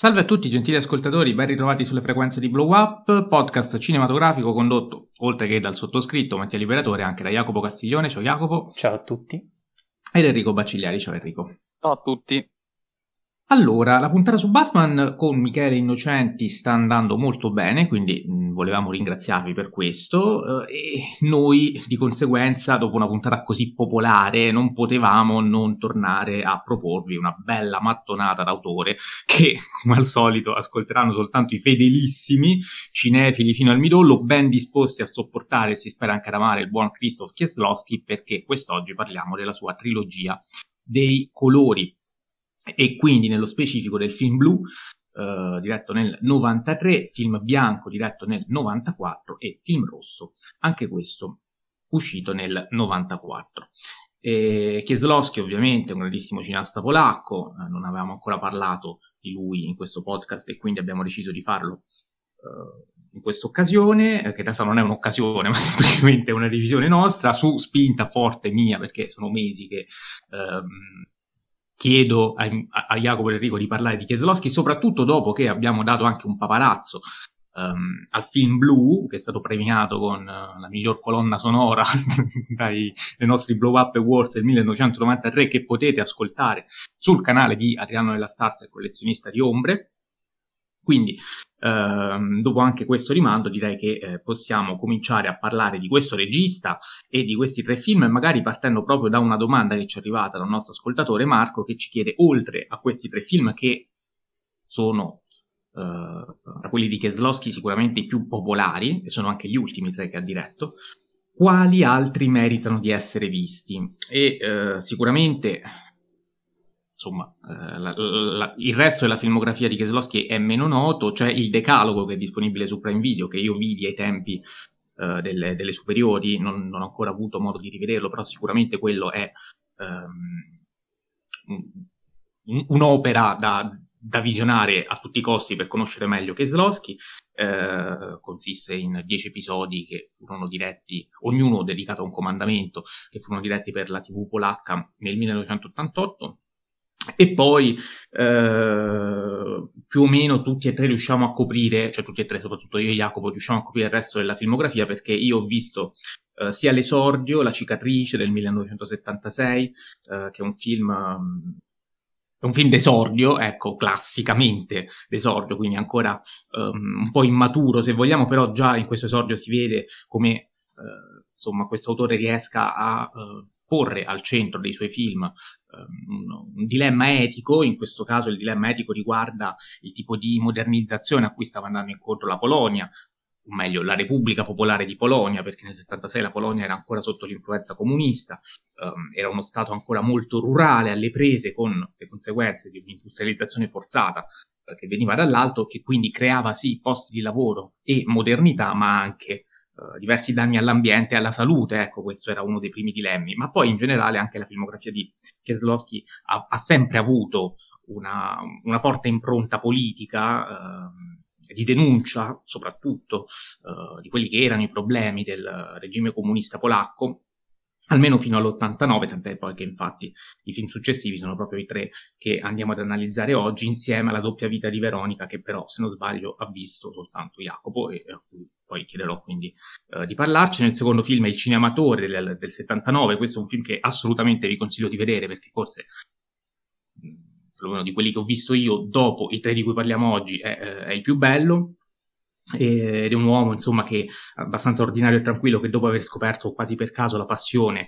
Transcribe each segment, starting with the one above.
Salve a tutti gentili ascoltatori, ben ritrovati sulle frequenze di Blow Up, podcast cinematografico condotto, oltre che dal sottoscritto Mattia Liberatore, anche da Jacopo Castiglione, ciao Jacopo, Ciao a tutti. ed Enrico Baccigliari, ciao Enrico. Ciao a tutti. Allora, la puntata su Batman con Michele Innocenti sta andando molto bene, quindi volevamo ringraziarvi per questo e noi di conseguenza, dopo una puntata così popolare, non potevamo non tornare a proporvi una bella mattonata d'autore che, come al solito, ascolteranno soltanto i fedelissimi cinefili fino al midollo, ben disposti a sopportare e si spera anche ad amare il buon Krzysztof Kieslowski, perché quest'oggi parliamo della sua trilogia dei colori. E quindi nello specifico del film blu, diretto nel 93, film bianco diretto nel 94 e film rosso, anche questo uscito nel 94. Kieslowski ovviamente è un grandissimo cineasta polacco, non avevamo ancora parlato di lui in questo podcast e quindi abbiamo deciso di farlo in questa occasione, che in realtà non è un'occasione ma semplicemente una decisione nostra, su spinta forte mia, perché sono mesi che chiedo a Jacopo e Enrico di parlare di Kieslowski, soprattutto dopo che abbiamo dato anche un paparazzo al film Blu, che è stato premiato con la miglior colonna sonora dai nostri Blow Up Awards del 1993, che potete ascoltare sul canale di Adriano della Starza, il collezionista di ombre. Quindi, dopo anche questo rimando, direi che possiamo cominciare a parlare di questo regista e di questi tre film, magari partendo proprio da una domanda che ci è arrivata da un nostro ascoltatore, Marco, che ci chiede, oltre a questi tre film che sono, tra quelli di Kieslowski, sicuramente i più popolari, e sono anche gli ultimi tre che ha diretto, quali altri meritano di essere visti? E sicuramente... Insomma, il resto della filmografia di Kieslowski è meno noto, c'è il Decalogo che è disponibile su Prime Video, che io vidi ai tempi delle superiori, non ho ancora avuto modo di rivederlo, però sicuramente quello è un'opera da visionare a tutti i costi per conoscere meglio Kieslowski. Consiste in 10 episodi che furono diretti, ognuno dedicato a un comandamento, che furono diretti per la TV polacca nel 1988. E poi più o meno tutti e tre riusciamo a coprire, cioè tutti e tre, soprattutto io e Jacopo, riusciamo a coprire il resto della filmografia, perché io ho visto sia L'esordio, La cicatrice del 1976, che è un film d'esordio, ecco, classicamente d'esordio, quindi ancora un po' immaturo se vogliamo, però già in questo esordio si vede come insomma questo autore riesca a porre al centro dei suoi film un dilemma etico. In questo caso il dilemma etico riguarda il tipo di modernizzazione a cui stava andando incontro la Polonia, o meglio la Repubblica Popolare di Polonia, perché nel 76 la Polonia era ancora sotto l'influenza comunista, era uno stato ancora molto rurale, alle prese con le conseguenze di un'industrializzazione forzata che veniva dall'alto, che quindi creava sì posti di lavoro e modernità, ma anche diversi danni all'ambiente e alla salute. Ecco, questo era uno dei primi dilemmi. Ma poi in generale anche la filmografia di Kieslowski ha sempre avuto una forte impronta politica, di denuncia soprattutto di quelli che erano i problemi del regime comunista polacco, almeno fino all'89, tant'è poi che infatti i film successivi sono proprio i tre che andiamo ad analizzare oggi, insieme alla doppia vita di Veronica, che però, se non sbaglio, ha visto soltanto Jacopo, e a cui poi chiederò quindi di parlarci. Nel secondo film è Il cinematore del 79, questo è un film che assolutamente vi consiglio di vedere, perché forse perlomeno di quelli che ho visto io, dopo i tre di cui parliamo oggi, è il più bello. Ed è un uomo, insomma, che è abbastanza ordinario e tranquillo, che dopo aver scoperto quasi per caso la passione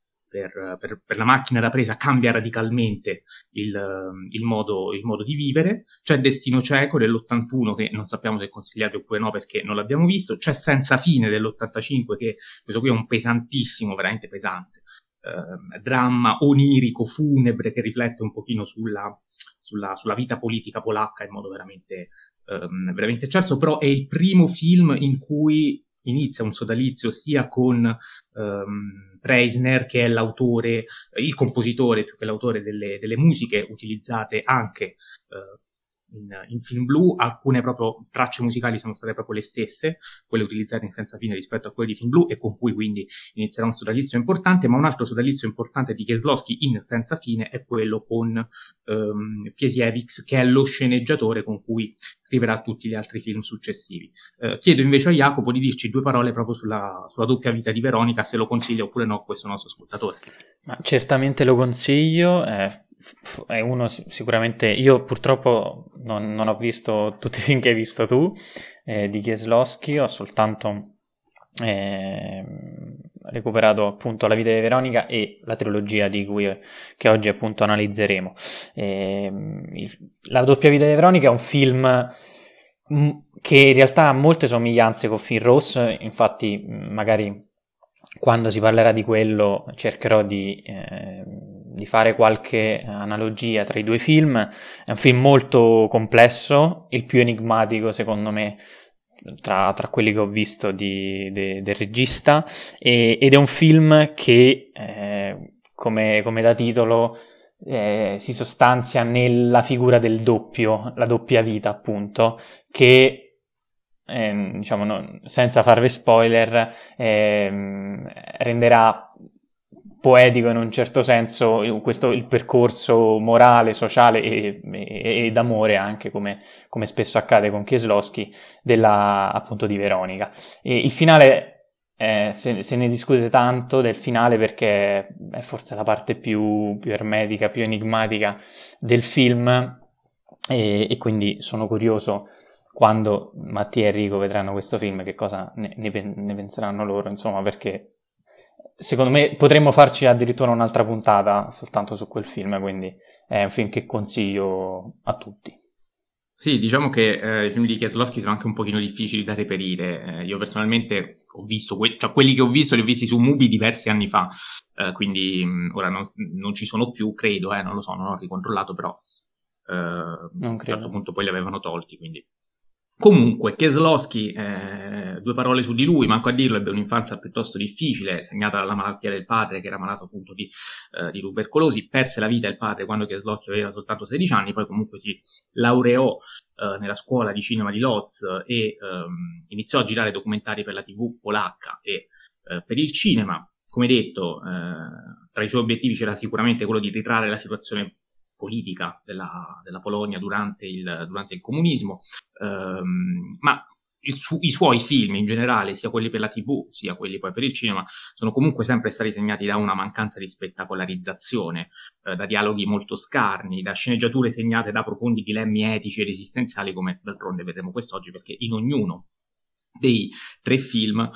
per la macchina da presa cambia radicalmente il modo di vivere. C'è Destino cieco dell'81, che non sappiamo se è consigliato oppure no perché non l'abbiamo visto. C'è Senza fine dell'85, che questo qui è un pesantissimo, veramente pesante dramma onirico, funebre, che riflette un pochino sulla vita politica polacca in modo veramente eccelso. Però è il primo film in cui inizia un sodalizio sia con Preisner, che è l'autore, il compositore più che l'autore delle musiche utilizzate anche in film blu, alcune proprio tracce musicali sono state proprio le stesse, quelle utilizzate in Senza Fine rispetto a quelle di film blu, e con cui quindi inizierà un sodalizio importante. Ma un altro sodalizio importante di Kieslowski in Senza Fine è quello con Piesiewicz, che è lo sceneggiatore con cui scriverà tutti gli altri film successivi. Chiedo invece a Jacopo di dirci due parole proprio sulla doppia vita di Veronica, se lo consiglia oppure no questo nostro ascoltatore. Ma certamente lo consiglio, è uno sicuramente. Io purtroppo non ho visto tutti i film che hai visto tu di Kieslowski, ho soltanto recuperato appunto La vita di Veronica e la trilogia che oggi appunto analizzeremo. La doppia vita di Veronica è un film che in realtà ha molte somiglianze con Finn Ross, infatti magari quando si parlerà di quello cercherò di fare qualche analogia tra i due film. È un film molto complesso, il più enigmatico secondo me tra quelli che ho visto del regista, ed è un film che come da titolo si sostanzia nella figura del doppio, la doppia vita appunto, che diciamo senza farvi spoiler renderà poetico in un certo senso il percorso morale, sociale e d'amore anche, come spesso accade con Kieslowski, appunto di Veronica. E il finale, se ne discute tanto del finale perché è forse la parte più ermetica, più enigmatica del film, e quindi sono curioso quando Mattia e Enrico vedranno questo film che cosa ne penseranno loro, insomma, perché secondo me potremmo farci addirittura un'altra puntata soltanto su quel film, quindi è un film che consiglio a tutti. Sì, diciamo che i film di Kieslowski sono anche un pochino difficili da reperire. Io personalmente ho visto, cioè quelli che ho visto li ho visti su Mubi diversi anni fa, quindi ora non ci sono più, credo, non lo so, non ho ricontrollato, però a un certo punto poi li avevano tolti, quindi... Comunque, Kieslowski, due parole su di lui, manco a dirlo, ebbe un'infanzia piuttosto difficile, segnata dalla malattia del padre, che era malato appunto di tubercolosi. Perse la vita il padre quando Kieslowski aveva soltanto 16 anni, poi comunque si laureò nella scuola di cinema di Lodz e iniziò a girare documentari per la TV polacca e per il cinema. Come detto, tra i suoi obiettivi c'era sicuramente quello di ritrarre la situazione politica della Polonia durante il comunismo, ma i suoi film in generale, sia quelli per la TV sia quelli poi per il cinema, sono comunque sempre stati segnati da una mancanza di spettacolarizzazione, da dialoghi molto scarni, da sceneggiature segnate da profondi dilemmi etici ed esistenziali, come d'altronde vedremo quest'oggi, perché in ognuno dei tre film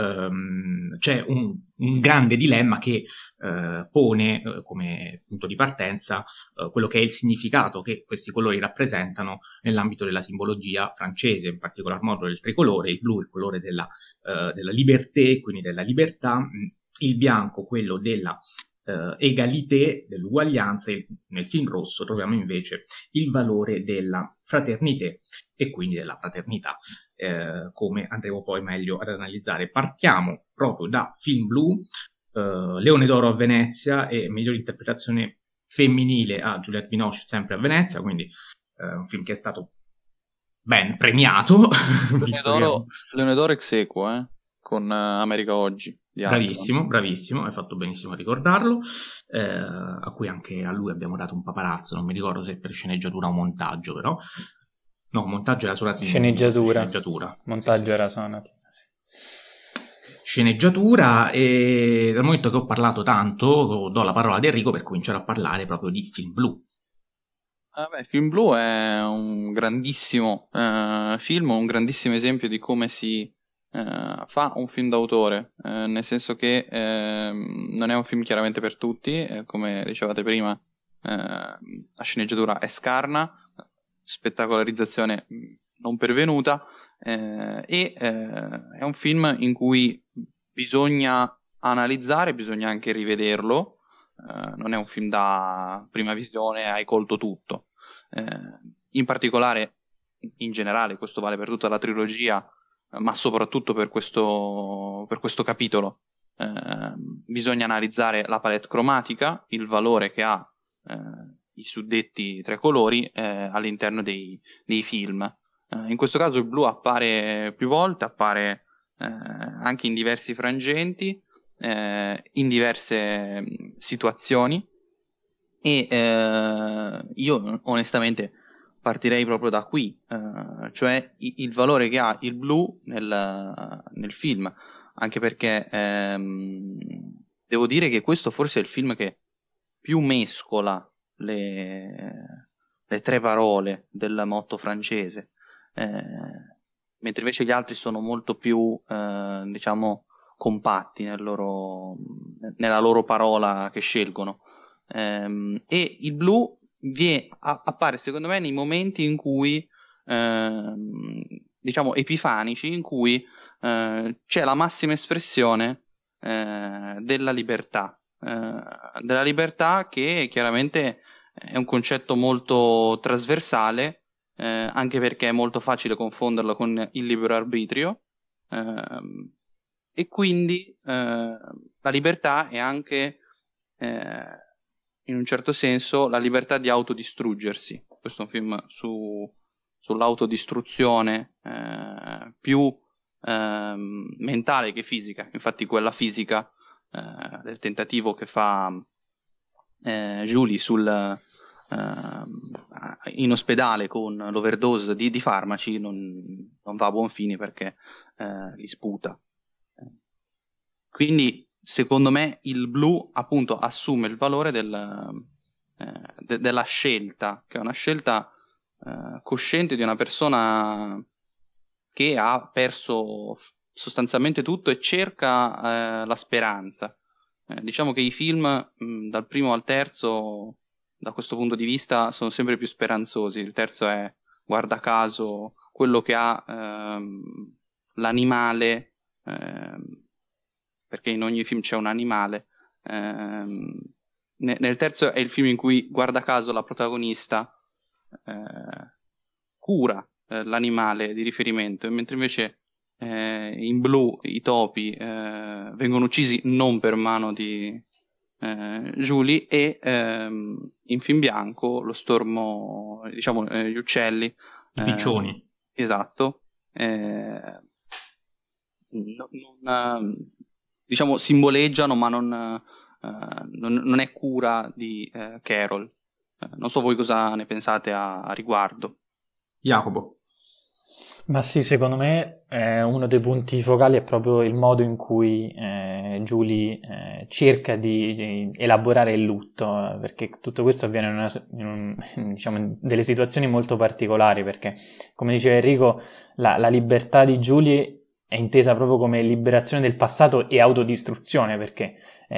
c'è un grande dilemma che pone come punto di partenza quello che è il significato che questi colori rappresentano nell'ambito della simbologia francese, in particolar modo del tricolore, il blu il colore della liberté, quindi della libertà, il bianco quello della egalité, dell'uguaglianza, e nel film rosso troviamo invece il valore della fraternité e quindi della fraternità, come andremo poi meglio ad analizzare. Partiamo proprio da film blu, Leone d'oro a Venezia e miglior interpretazione femminile a Juliette Binoche sempre a Venezia, quindi un film che è stato ben premiato. Leone d'oro ex equo, con America Oggi. Bravissimo, hai fatto benissimo a ricordarlo, a cui anche a lui abbiamo dato un paparazzo, non mi ricordo se per sceneggiatura o montaggio, però no, montaggio era Sonatina. Sceneggiatura. Montaggio era Sonatina. Sceneggiatura, e dal momento che ho parlato tanto do la parola ad Enrico per cominciare a parlare proprio di film blu. Film blu è un grandissimo film, un grandissimo esempio di come si fa un film d'autore, nel senso che non è un film chiaramente per tutti, come dicevate prima, la sceneggiatura è scarna, spettacolarizzazione non pervenuta, e è un film in cui bisogna analizzare, bisogna anche rivederlo, non è un film da prima visione hai colto tutto, in particolare, in generale, questo vale per tutta la trilogia, ma soprattutto per questo capitolo, bisogna analizzare la palette cromatica, il valore che ha i suddetti tre colori all'interno dei film. In questo caso il blu appare più volte, appare anche in diversi frangenti, in diverse situazioni, e io onestamente partirei proprio da qui, cioè il valore che ha il blu nel film, anche perché devo dire che questo forse è il film che più mescola le tre parole del motto francese, mentre invece gli altri sono molto più, diciamo, compatti nella loro parola che scelgono. E il blu appare secondo me nei momenti in cui, diciamo, epifanici, in cui c'è la massima espressione della libertà che chiaramente è un concetto molto trasversale, anche perché è molto facile confonderlo con il libero arbitrio, e quindi la libertà è anche in un certo senso la libertà di autodistruggersi. Questo è un film sull'autodistruzione più mentale che fisica. Infatti quella fisica del tentativo che fa Julie in ospedale con l'overdose di farmaci non va a buon fine, perché li sputa. Quindi secondo me il blu appunto assume il valore della scelta, che è una scelta cosciente di una persona che ha perso sostanzialmente tutto e cerca la speranza. Diciamo che i film dal primo al terzo, da questo punto di vista, sono sempre più speranzosi. Il terzo è, guarda caso, quello che ha l'animale, perché in ogni film c'è un animale. Nel terzo è il film in cui, guarda caso, la protagonista cura l'animale di riferimento, mentre invece in blu i topi vengono uccisi non per mano di Julie, e in film bianco lo stormo, diciamo, gli uccelli, i piccioni, esatto, diciamo simboleggiano, ma non è cura di Carol. Non so voi cosa ne pensate a riguardo. Jacopo. Ma sì, secondo me uno dei punti focali è proprio il modo in cui Julie cerca di elaborare il lutto, perché tutto questo avviene diciamo, in delle situazioni molto particolari, perché, come diceva Enrico, la libertà di Julie è intesa proprio come liberazione del passato e autodistruzione, perché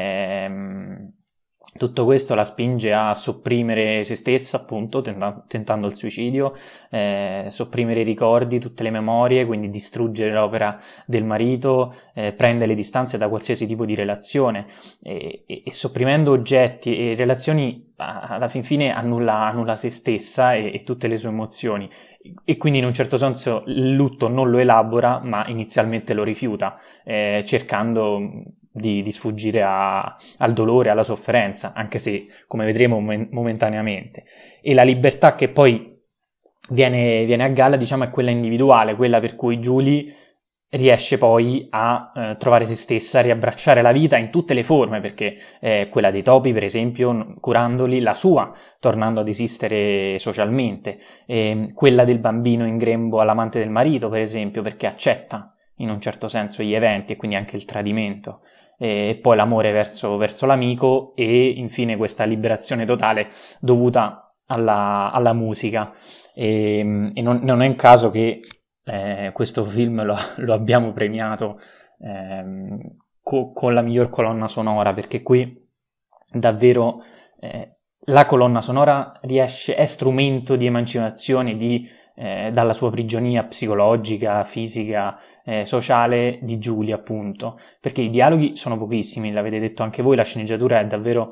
tutto questo la spinge a sopprimere se stessa, appunto, tentando il suicidio, sopprimere i ricordi, tutte le memorie, quindi distruggere l'opera del marito, prendere le distanze da qualsiasi tipo di relazione, e sopprimendo oggetti e relazioni, alla fin fine annulla se stessa e tutte le sue emozioni, e quindi in un certo senso il lutto non lo elabora, ma inizialmente lo rifiuta, cercando di sfuggire al dolore, alla sofferenza, anche se, come vedremo, momentaneamente. E la libertà che poi viene a galla, diciamo, è quella individuale, quella per cui Julie riesce poi a trovare se stessa, a riabbracciare la vita in tutte le forme, perché quella dei topi, per esempio, curandoli, la sua, tornando ad esistere socialmente, quella del bambino in grembo all'amante del marito, per esempio, perché accetta in un certo senso gli eventi e quindi anche il tradimento, e poi l'amore verso l'amico, e infine questa liberazione totale dovuta alla musica. E non è un caso che questo film lo abbiamo premiato con la miglior colonna sonora, perché qui davvero la colonna sonora è strumento di emancipazione dalla sua prigionia psicologica, fisica, sociale di Julie, appunto, perché i dialoghi sono pochissimi, l'avete detto anche voi, la sceneggiatura è davvero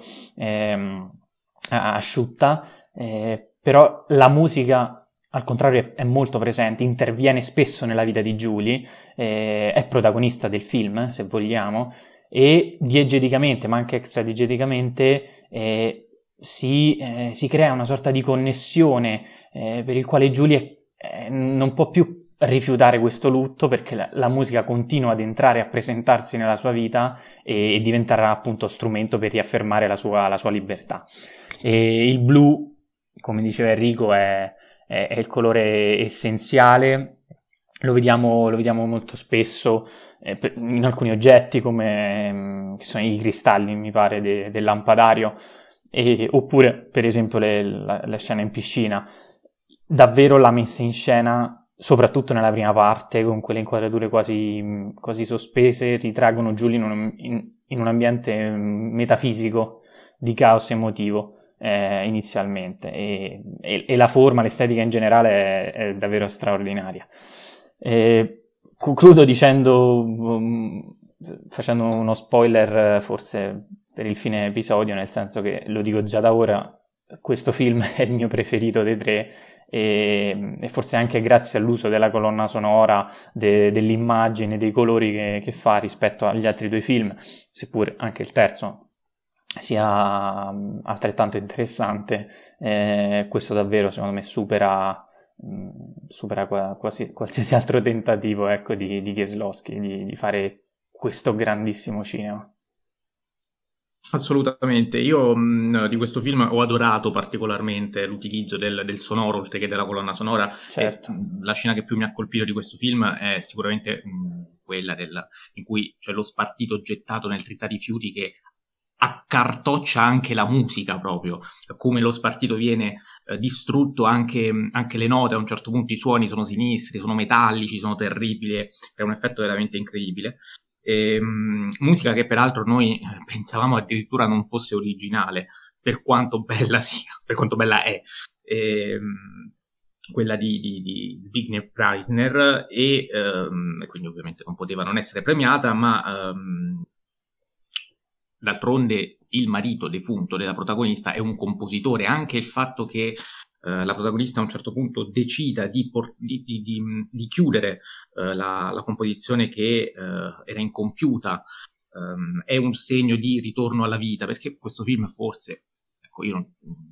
asciutta, però la musica, al contrario, è molto presente, interviene spesso nella vita di Julie, è protagonista del film, se vogliamo, e diegeticamente, ma anche extradiegeticamente, si crea una sorta di connessione per il quale Julie non può più rifiutare questo lutto, perché la musica continua ad entrare a presentarsi nella sua vita e diventerà appunto strumento per riaffermare la sua libertà. E il blu, come diceva Enrico, è il colore essenziale. Lo vediamo molto spesso in alcuni oggetti, come che sono i cristalli, mi pare, del lampadario, oppure per esempio la scena in piscina. Davvero la messa in scena, soprattutto nella prima parte, con quelle inquadrature quasi sospese, ritraggono Julie in un ambiente metafisico di caos emotivo inizialmente, e la forma, l'estetica in generale è davvero straordinaria. Concludo facendo uno spoiler forse per il fine episodio, nel senso che, lo dico già da ora, questo film è il mio preferito dei tre, e forse anche grazie all'uso della colonna sonora, dell'immagine, dei colori che fa rispetto agli altri due film, seppur anche il terzo sia altrettanto interessante, questo davvero secondo me supera qualsiasi altro tentativo, ecco, di Kieslowski di fare questo grandissimo cinema. Assolutamente, io di questo film ho adorato particolarmente l'utilizzo del sonoro oltre che della colonna sonora. Certo. La scena che più mi ha colpito di questo film è sicuramente quella in cui c'è lo spartito gettato nel trittarifiuti che accartoccia anche la musica, proprio come lo spartito viene distrutto, anche le note, a un certo punto i suoni sono sinistri, sono metallici, sono terribili, è un effetto veramente incredibile. Musica che peraltro noi pensavamo addirittura non fosse originale, per quanto bella sia, per quanto bella è, quella di Zbigniew Preisner, e quindi ovviamente non poteva non essere premiata, ma d'altronde il marito defunto della protagonista è un compositore. Anche il fatto che la protagonista a un certo punto decida di chiudere la composizione che era incompiuta è un segno di ritorno alla vita, perché questo film forse, ecco, io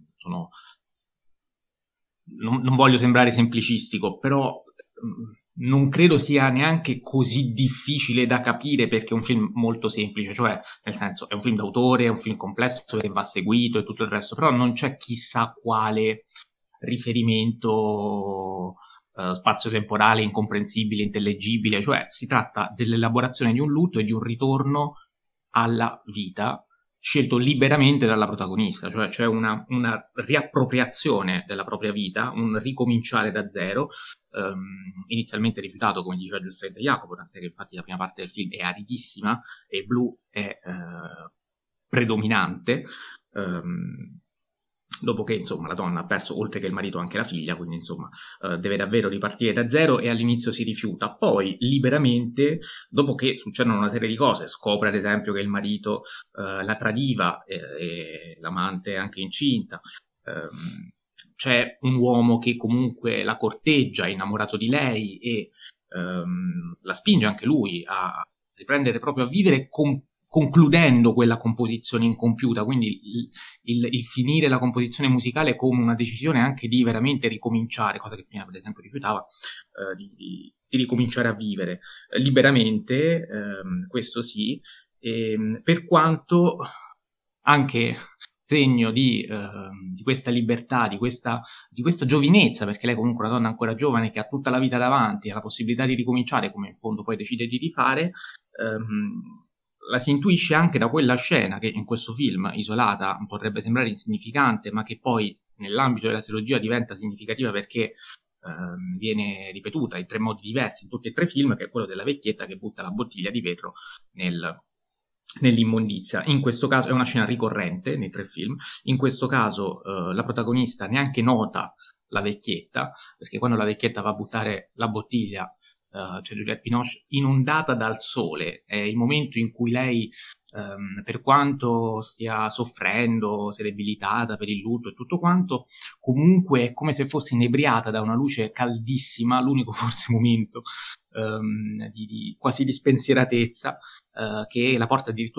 non voglio sembrare semplicistico, però non credo sia neanche così difficile da capire, perché è un film molto semplice, cioè nel senso è un film d'autore, è un film complesso che va seguito e tutto il resto, però non c'è chissà quale riferimento spazio-temporale incomprensibile, intellegibile, cioè si tratta dell'elaborazione di un lutto e di un ritorno alla vita scelto liberamente dalla protagonista, cioè c'è una riappropriazione della propria vita, un ricominciare da zero, inizialmente rifiutato, come diceva giustamente Jacopo, tant'è che infatti la prima parte del film è aridissima e blu è predominante, dopo che insomma la donna ha perso oltre che il marito anche la figlia, quindi insomma deve davvero ripartire da zero, e all'inizio si rifiuta, poi liberamente, dopo che succedono una serie di cose, scopre ad esempio che il marito la tradiva e l'amante è anche incinta, c'è un uomo che comunque la corteggia, è innamorato di lei e la spinge anche lui a riprendere proprio a vivere concludendo quella composizione incompiuta, quindi il finire la composizione musicale come una decisione anche di veramente ricominciare, cosa che prima per esempio rifiutava, di ricominciare a vivere liberamente, questo sì, per quanto anche segno di questa libertà, di questa giovinezza, perché lei comunque è una donna ancora giovane che ha tutta la vita davanti, ha la possibilità di ricominciare, come in fondo poi decide di rifare, la si intuisce anche da quella scena che in questo film, isolata, potrebbe sembrare insignificante, ma che poi nell'ambito della trilogia diventa significativa perché viene ripetuta in 3 modi diversi in tutti e 3 film, che è quello della vecchietta che butta la bottiglia di vetro nell'immondizia. In questo caso è una scena ricorrente nei 3 film, in questo caso la protagonista neanche nota la vecchietta, perché quando la vecchietta va a buttare la bottiglia, c'è Juliette Binoche inondata dal sole, è il momento in cui lei, per quanto stia soffrendo, sia debilitata per il lutto e tutto quanto, comunque è come se fosse inebriata da una luce caldissima, l'unico forse momento quasi di spensieratezza, che la porta addirittura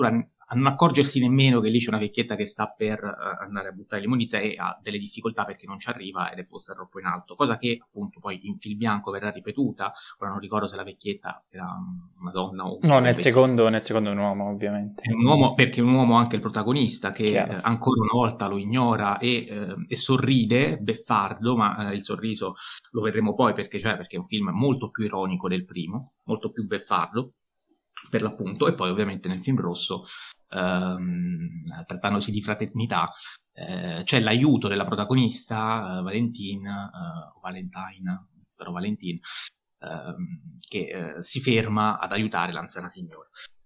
non accorgersi nemmeno che lì c'è una vecchietta che sta per andare a buttare l'immondizia e ha delle difficoltà perché non ci arriva ed è posta troppo in alto, cosa che appunto poi in Film bianco verrà ripetuta. Ora non ricordo se la vecchietta era una donna o no, nel secondo è un uomo, ovviamente. È un uomo, perché è un uomo anche il protagonista che Chiaro. ancora una volta lo ignora e sorride, beffardo, ma il sorriso lo vedremo poi perché è un film molto più ironico del primo, molto più beffardo per l'appunto. E poi ovviamente nel film rosso, trattandosi di fraternità, c'è l'aiuto della protagonista Valentine, però Valentine, che si ferma ad aiutare l'anziana signora.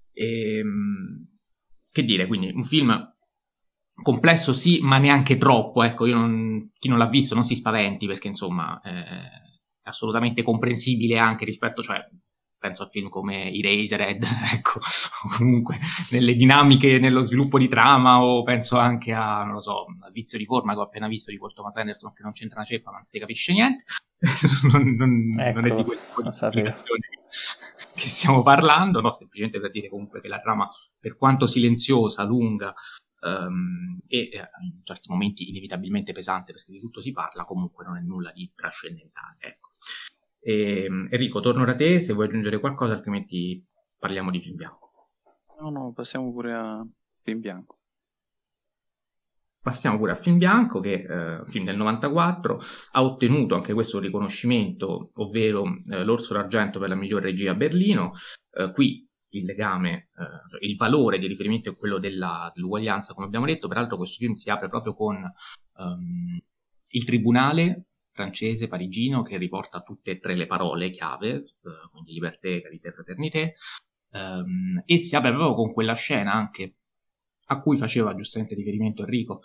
Che dire, quindi un film complesso sì, ma neanche troppo, ecco. Chi non l'ha visto non si spaventi, perché insomma è assolutamente comprensibile anche rispetto, penso a film come Eraserhead, ecco, comunque nelle dinamiche, nello sviluppo di trama, o penso anche a, non lo so, al Vizio di Corma che ho appena visto di Paul Thomas Anderson, che non c'entra una ceppa, ma non si capisce niente. non è di quel tipo di spiegazione che stiamo parlando, no, semplicemente per dire comunque che la trama, per quanto silenziosa, lunga, e in certi momenti inevitabilmente pesante perché di tutto si parla, comunque non è nulla di trascendentale, ecco. Enrico, torno da te se vuoi aggiungere qualcosa, altrimenti parliamo di Film bianco. No, passiamo pure a Film bianco. Passiamo pure a Film bianco, che è un film del 94, ha ottenuto anche questo riconoscimento, ovvero l'Orso d'Argento per la miglior regia a Berlino. Qui il legame, il valore di riferimento è quello dell'uguaglianza, come abbiamo detto. Peraltro questo film si apre proprio con il tribunale francese parigino che riporta tutte e tre le parole chiave, quindi liberté, carité, fraternité, e si apre proprio con quella scena anche a cui faceva giustamente riferimento Enrico,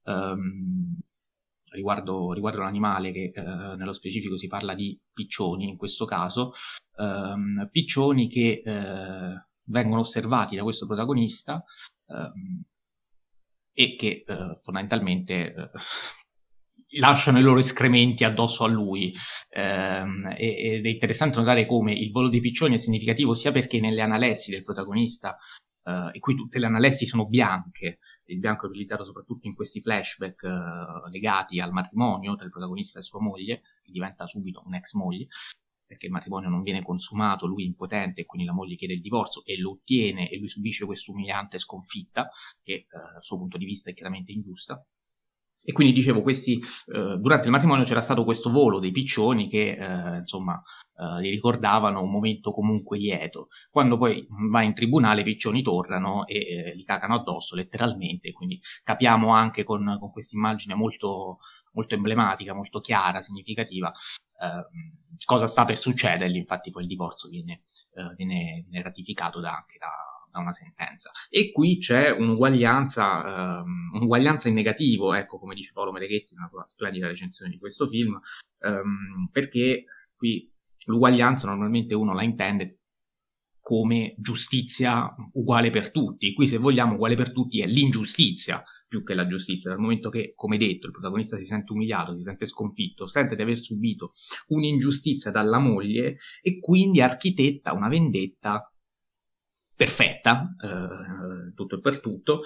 riguardo l'animale, che nello specifico si parla di piccioni in questo caso, piccioni che vengono osservati da questo protagonista e che fondamentalmente lasciano i loro escrementi addosso a lui, ed è interessante notare come il volo dei piccioni è significativo sia perché nelle analessi del protagonista, e qui tutte le analessi sono bianche, il bianco è utilizzato soprattutto in questi flashback legati al matrimonio tra il protagonista e sua moglie, che diventa subito un'ex moglie, perché il matrimonio non viene consumato, lui è impotente e quindi la moglie chiede il divorzio e lo ottiene e lui subisce questa umiliante sconfitta che dal suo punto di vista è chiaramente ingiusta. E quindi dicevo, durante il matrimonio c'era stato questo volo dei piccioni che gli ricordavano un momento comunque lieto. Quando poi va in tribunale i piccioni tornano e gli cagano addosso letteralmente, quindi capiamo anche con questa immagine molto, molto emblematica, molto chiara, significativa, cosa sta per succedergli. Infatti poi il divorzio viene ratificato anche da una sentenza. E qui c'è un'uguaglianza in negativo, ecco, come dice Paolo Mereghetti nella sua splendida recensione di questo film, perché qui l'uguaglianza normalmente uno la intende come giustizia uguale per tutti. Qui, se vogliamo, uguale per tutti è l'ingiustizia più che la giustizia, dal momento che, come detto, il protagonista si sente umiliato, si sente sconfitto, sente di aver subito un'ingiustizia dalla moglie e quindi architetta una vendetta perfetta, tutto e per tutto,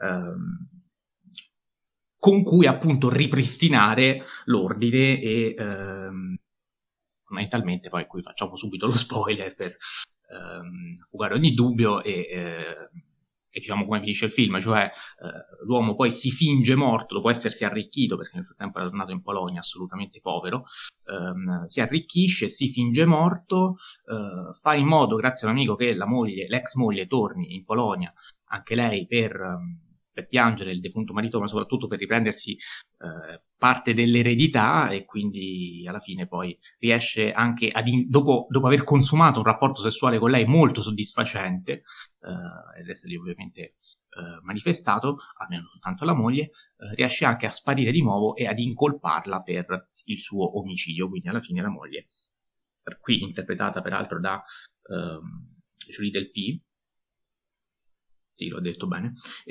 con cui appunto ripristinare l'ordine e fondamentalmente poi qui facciamo subito lo spoiler per fugare ogni dubbio e diciamo come finisce il film, cioè l'uomo poi si finge morto dopo essersi arricchito, perché nel frattempo era tornato in Polonia assolutamente povero, si arricchisce, si finge morto, fa in modo, grazie a un amico, che l'ex moglie torni in Polonia, anche lei per piangere il defunto marito, ma soprattutto per riprendersi parte dell'eredità, e quindi alla fine poi riesce anche dopo aver consumato un rapporto sessuale con lei molto soddisfacente, ed essergli ovviamente manifestato, almeno soltanto alla moglie, riesce anche a sparire di nuovo e ad incolparla per il suo omicidio. Quindi alla fine la moglie, qui interpretata peraltro da Julie Delpy, sì, l'ho detto bene,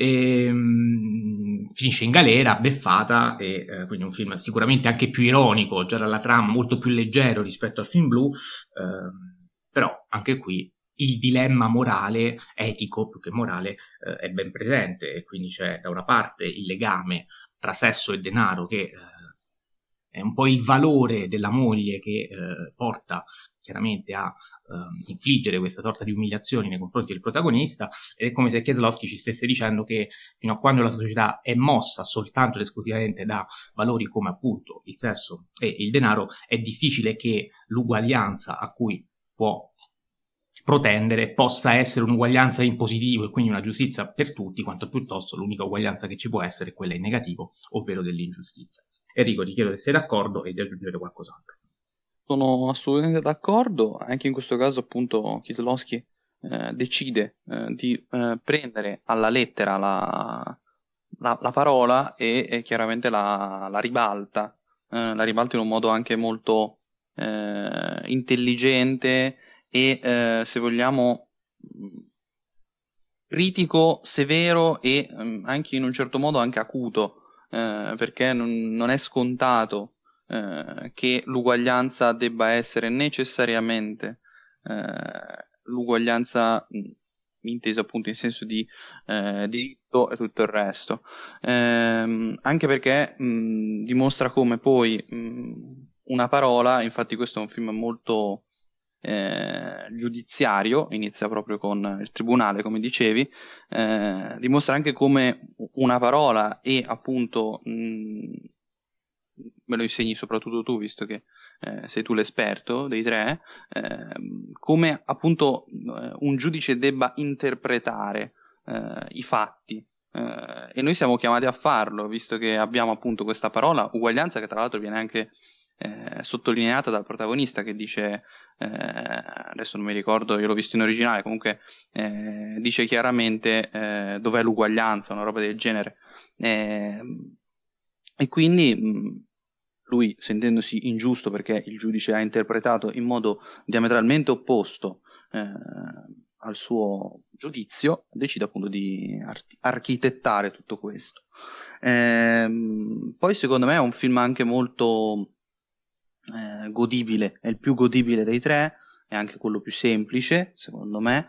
finisce in galera, beffata, e quindi un film sicuramente anche più ironico, già dalla trama, molto più leggero rispetto al film blu, però anche qui il dilemma morale, etico più che morale, è ben presente, e quindi c'è da una parte il legame tra sesso e denaro che è un po' il valore della moglie che porta chiaramente a infliggere questa sorta di umiliazioni nei confronti del protagonista, ed è come se Kieslowski ci stesse dicendo che fino a quando la società è mossa soltanto ed esclusivamente da valori come appunto il sesso e il denaro, è difficile che l'uguaglianza a cui può protendere possa essere un'uguaglianza in positivo e quindi una giustizia per tutti, quanto piuttosto l'unica uguaglianza che ci può essere è quella in negativo, ovvero dell'ingiustizia. Enrico, ti chiedo se sei d'accordo e di aggiungere qualcos'altro. Sono assolutamente d'accordo, anche in questo caso appunto Kieslowski decide di prendere alla lettera la parola e chiaramente la ribalta in un modo anche molto intelligente e se vogliamo critico, severo e anche in un certo modo anche acuto, perché non è scontato che l'uguaglianza debba essere necessariamente l'uguaglianza intesa appunto in senso di diritto e tutto il resto, anche perché dimostra come poi una parola, infatti questo è un film molto giudiziario, inizia proprio con il tribunale, come dicevi, dimostra anche come una parola e appunto me lo insegni soprattutto tu, visto che sei tu l'esperto dei tre, come appunto un giudice debba interpretare i fatti. E noi siamo chiamati a farlo, visto che abbiamo appunto questa parola uguaglianza, che tra l'altro viene anche sottolineata dal protagonista, che dice, adesso non mi ricordo, io l'ho visto in originale, comunque dice chiaramente dov'è l'uguaglianza, una roba del genere. E quindi lui, sentendosi ingiusto perché il giudice ha interpretato in modo diametralmente opposto al suo giudizio, decide appunto di architettare tutto questo. Poi secondo me è un film anche molto godibile, è il più godibile dei tre, è anche quello più semplice, secondo me,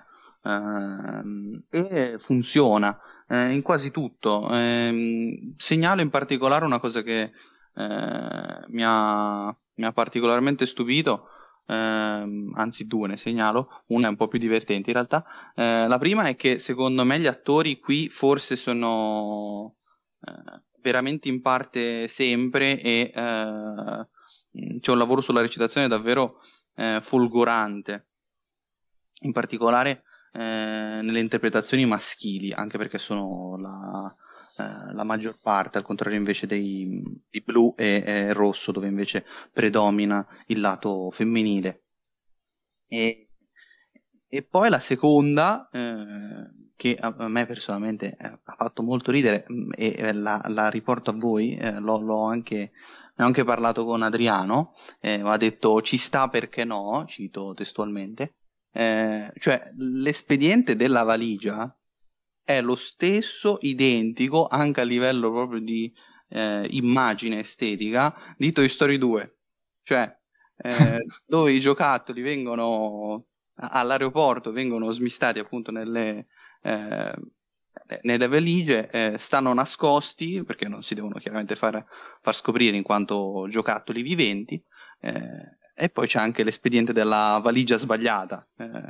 e funziona in quasi tutto. Segnalo in particolare una cosa che mi ha particolarmente stupito, anzi due ne segnalo, una è un po' più divertente in realtà. La prima è che secondo me gli attori qui forse sono veramente in parte sempre e c'è un lavoro sulla recitazione davvero folgorante, in particolare nelle interpretazioni maschili, anche perché sono la maggior parte, al contrario invece di Blu e Rosso, dove invece predomina il lato femminile. E poi la seconda, che a me personalmente ha fatto molto ridere, e la riporto a voi, ne ho anche parlato con Adriano, ha detto ci sta perché no, cito testualmente, cioè l'espediente della valigia è lo stesso, identico, anche a livello proprio di immagine estetica, di Toy Story 2, cioè dove i giocattoli vengono all'aeroporto, vengono smistati appunto nelle valigie, stanno nascosti perché non si devono chiaramente far scoprire in quanto giocattoli viventi, e poi c'è anche l'espediente della valigia sbagliata,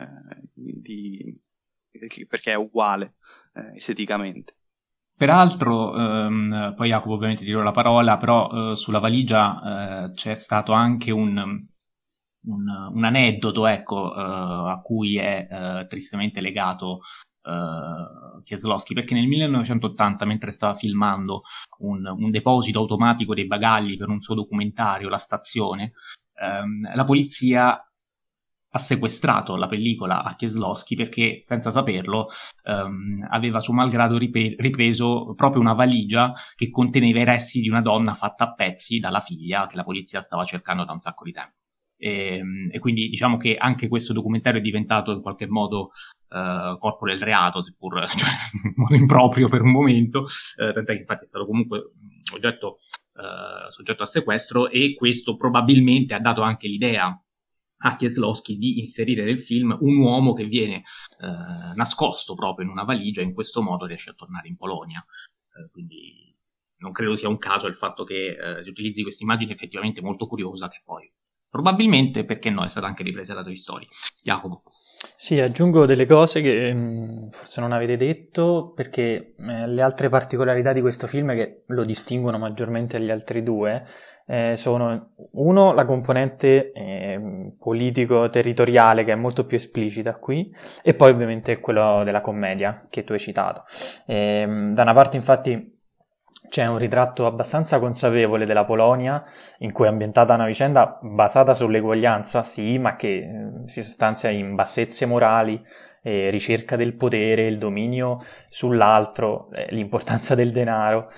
perché è uguale esteticamente. Peraltro, poi Jacopo ovviamente ti do la parola, però sulla valigia c'è stato anche un aneddoto, ecco, a cui è tristemente legato Kieslowski, perché nel 1980, mentre stava filmando un deposito automatico dei bagagli per un suo documentario, La Stazione, la polizia ha sequestrato la pellicola a Kieslowski perché, senza saperlo, aveva suo malgrado ripreso proprio una valigia che conteneva i resti di una donna fatta a pezzi dalla figlia, che la polizia stava cercando da un sacco di tempo. E quindi diciamo che anche questo documentario è diventato in qualche modo corpo del reato, seppur cioè, in modo improprio per un momento, tant'è che infatti è stato comunque soggetto a sequestro, e questo probabilmente ha dato anche l'idea a Kieslowski di inserire nel film un uomo che viene nascosto proprio in una valigia e in questo modo riesce a tornare in Polonia. Quindi non credo sia un caso il fatto che si utilizzi questa immagine effettivamente molto curiosa, che poi probabilmente, perché no, è stata anche ripresa da Toy Story. Jacopo. Sì, aggiungo delle cose che forse non avete detto, perché le altre particolarità di questo film che lo distinguono maggiormente dagli altri due sono, uno, la componente politico-territoriale, che è molto più esplicita qui, e poi ovviamente quello della commedia che tu hai citato. Da una parte infatti c'è un ritratto abbastanza consapevole della Polonia, in cui è ambientata una vicenda basata sull'eguaglianza, sì, ma che si sostanzia in bassezze morali, ricerca del potere, il dominio sull'altro, l'importanza del denaro.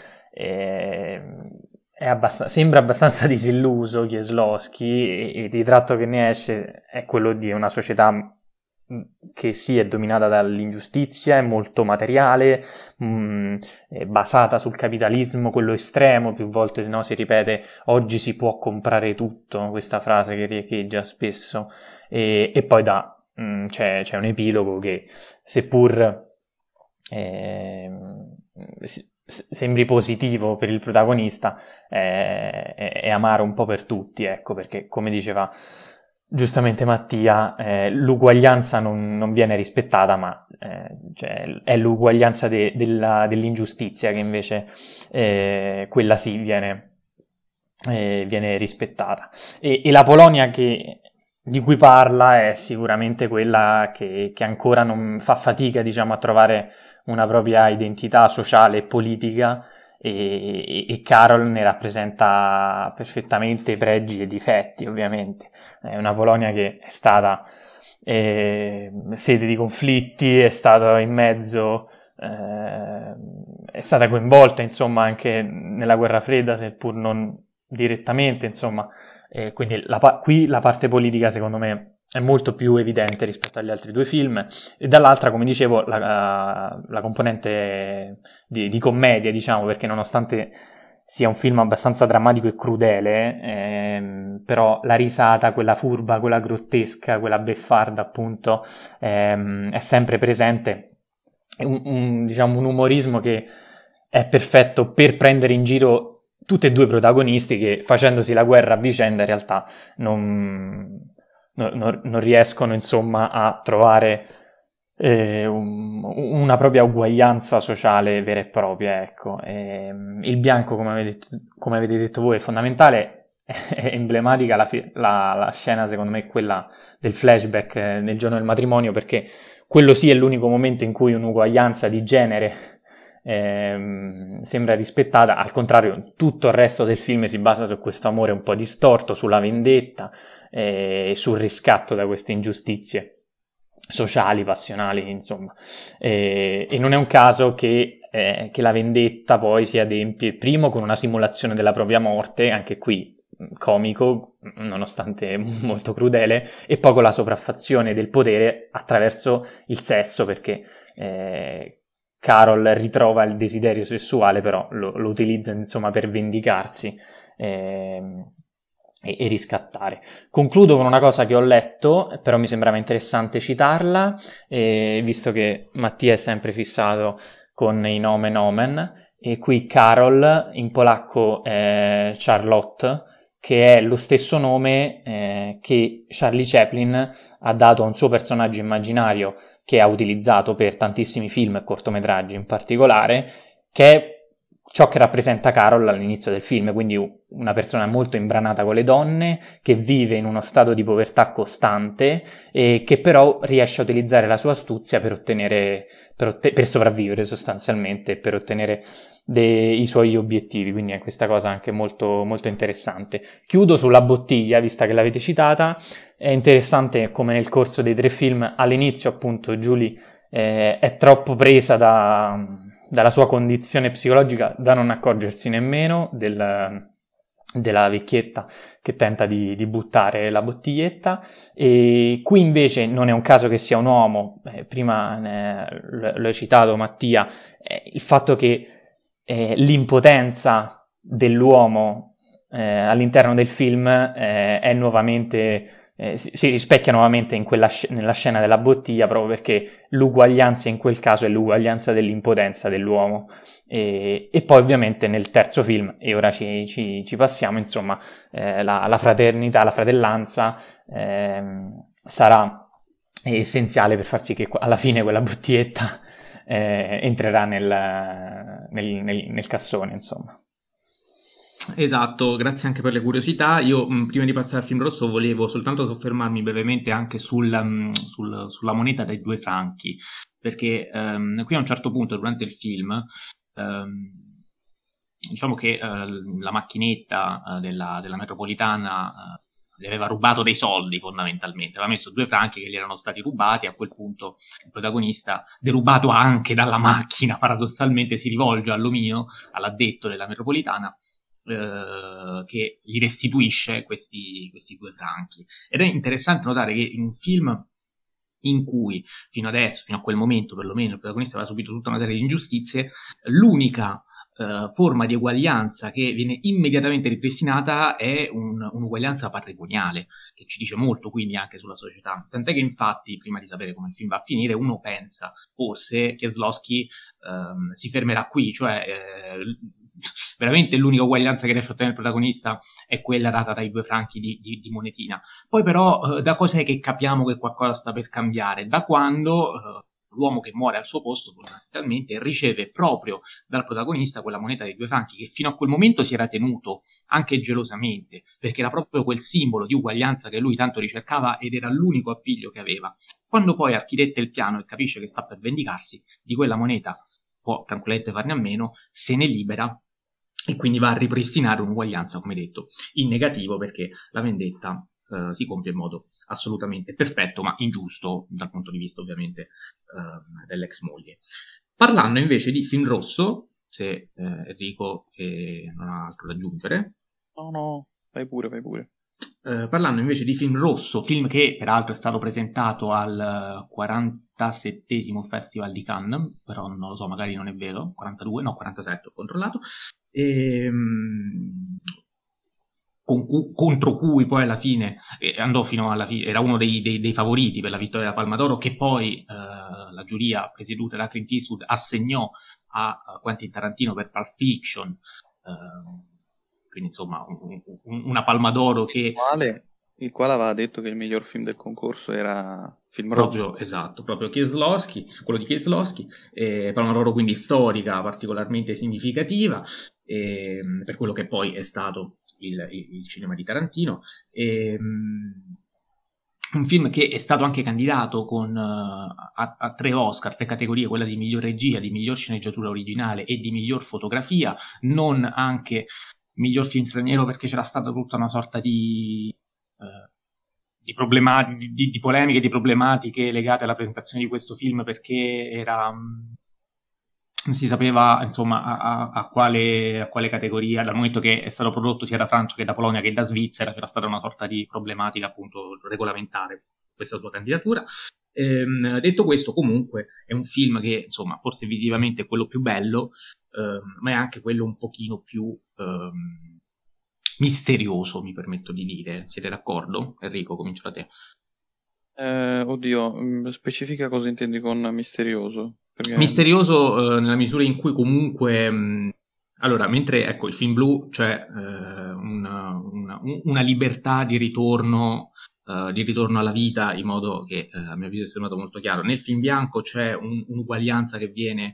Sembra abbastanza disilluso Kieslowski, e il ritratto che ne esce è quello di una società che sì, è dominata dall'ingiustizia, è molto materiale, è basata sul capitalismo, quello estremo. Più volte si ripete oggi si può comprare tutto, questa frase che riecheggia spesso, e poi c'è un epilogo che, seppur sembri positivo per il protagonista, è amaro un po' per tutti, ecco, perché come diceva giustamente Mattia, l'uguaglianza non viene rispettata, ma è l'uguaglianza dell'ingiustizia che invece quella sì viene rispettata. E la Polonia di cui parla è sicuramente quella che ancora non fa fatica, diciamo, a trovare una propria identità sociale e politica, e Carol ne rappresenta perfettamente i pregi e i difetti, ovviamente. È una Polonia che è stata sede di conflitti, è stata in mezzo, è stata coinvolta, insomma, anche nella guerra fredda, seppur non direttamente, insomma. Quindi qui la parte politica, secondo me, è molto più evidente rispetto agli altri due film, e dall'altra, come dicevo, la componente di commedia, diciamo, perché nonostante sia un film abbastanza drammatico e crudele, però la risata, quella furba, quella grottesca, quella beffarda, appunto, è sempre presente. È diciamo, un umorismo che è perfetto per prendere in giro tutti e due i protagonisti, che facendosi la guerra a vicenda in realtà non riescono, insomma, a trovare una propria uguaglianza sociale vera e propria, ecco. Il bianco, come avete detto voi, è fondamentale. È emblematica la scena, secondo me, quella del flashback nel giorno del matrimonio, perché quello sì è l'unico momento in cui un'uguaglianza di genere sembra rispettata. Al contrario, tutto il resto del film si basa su questo amore un po' distorto, sulla vendetta, sul riscatto da queste ingiustizie sociali, passionali, insomma. E non è un caso che la vendetta poi si adempie primo con una simulazione della propria morte, anche qui comico, nonostante molto crudele, e poi con la sopraffazione del potere attraverso il sesso, perché Carol ritrova il desiderio sessuale, però lo utilizza, insomma, per vendicarsi e riscattare. Concludo con una cosa che ho letto, però mi sembrava interessante citarla, visto che Mattia è sempre fissato con i nomen omen, e qui Carol in polacco è Charlotte, che è lo stesso nome che Charlie Chaplin ha dato a un suo personaggio immaginario che ha utilizzato per tantissimi film e cortometraggi in particolare, che è ciò che rappresenta Carol all'inizio del film, quindi una persona molto imbranata con le donne, che vive in uno stato di povertà costante e che però riesce a utilizzare la sua astuzia per sopravvivere sostanzialmente, per ottenere i suoi obiettivi. Quindi è questa cosa anche molto, molto interessante. Chiudo sulla bottiglia, vista che l'avete citata. È interessante come nel corso dei 3 film, all'inizio appunto Julie è troppo presa dalla sua condizione psicologica da non accorgersi nemmeno della vecchietta che tenta di buttare la bottiglietta. E qui invece non è un caso che sia un uomo, prima l'ho citato Mattia, il fatto che l'impotenza dell'uomo all'interno del film è nuovamente si rispecchia nuovamente in nella scena della bottiglia, proprio perché l'uguaglianza in quel caso è l'uguaglianza dell'impotenza dell'uomo. E poi ovviamente nel terzo film, e ora ci passiamo, insomma, la fraternità, la fratellanza sarà essenziale per far sì che alla fine quella bottiglietta entrerà nel cassone, insomma. Esatto, grazie anche per le curiosità. Io prima di passare al film rosso volevo soltanto soffermarmi brevemente anche sulla moneta dei 2 franchi, perché qui a un certo punto durante il film diciamo che la macchinetta della metropolitana gli aveva rubato dei soldi fondamentalmente, aveva messo 2 franchi che gli erano stati rubati. A quel punto il protagonista, derubato anche dalla macchina, paradossalmente si rivolge all'omino, all'addetto della metropolitana, che gli restituisce questi 2 franchi. Ed è interessante notare che in un film in cui fino adesso, fino a quel momento perlomeno, il protagonista aveva subito tutta una serie di ingiustizie, l'unica forma di eguaglianza che viene immediatamente ripristinata è un'uguaglianza patrimoniale, che ci dice molto quindi anche sulla società. Tant'è che infatti, prima di sapere come il film va a finire, uno pensa forse che Kieslowski si fermerà qui, cioè veramente l'unica uguaglianza che riesce a ottenere il protagonista è quella data dai 2 franchi di monetina. Poi però da cos'è che capiamo che qualcosa sta per cambiare? Da quando l'uomo che muore al suo posto fondamentalmente riceve proprio dal protagonista quella moneta dei 2 franchi che fino a quel momento si era tenuto anche gelosamente, perché era proprio quel simbolo di uguaglianza che lui tanto ricercava ed era l'unico appiglio che aveva. Quando poi architetta il piano e capisce che sta per vendicarsi, di quella moneta può tranquillamente farne a meno, se ne libera e quindi va a ripristinare un'uguaglianza, come detto, in negativo, perché la vendetta si compie in modo assolutamente perfetto, ma ingiusto dal punto di vista ovviamente dell'ex moglie. Parlando invece di film rosso, se Enrico non ha altro da aggiungere. No, vai pure. Parlando invece di film rosso, film che peraltro è stato presentato al 47esimo Festival di Cannes, però non lo so, magari non è vero, 42, no 47 ho controllato, contro cui poi alla fine andò fino alla fine, era uno dei favoriti per la vittoria della Palma d'Oro, che poi la giuria presieduta da Clint Eastwood assegnò a Quentin Tarantino per Pulp Fiction, quindi insomma una Palma d'Oro che... Il quale aveva detto che il miglior film del concorso era film proprio, rosso. Esatto, proprio Kieslowski, quello di Kieslowski, Palma d'Oro quindi storica, particolarmente significativa, per quello che poi è stato il cinema di Tarantino. Un film che è stato anche candidato a 3 Oscar, 3 categorie, quella di miglior regia, di miglior sceneggiatura originale e di miglior fotografia, non anche miglior film straniero, perché c'era stata tutta una sorta di polemiche, di problematiche legate alla presentazione di questo film, perché era... non si sapeva insomma a quale categoria, dal momento che è stato prodotto sia da Francia che da Polonia che da Svizzera, c'era stata una sorta di problematica appunto regolamentare questa sua candidatura. Detto questo, comunque è un film che insomma forse visivamente è quello più bello, ma è anche quello un pochino più misterioso, mi permetto di dire. Siete d'accordo? Enrico, comincio da te. Oddio, specifica cosa intendi con misterioso? Perché... Misterioso nella misura in cui comunque... allora, mentre ecco il film blu c'è una libertà di ritorno alla vita, in modo che a mio avviso è sembrato molto chiaro. Nel film bianco c'è un'uguaglianza che viene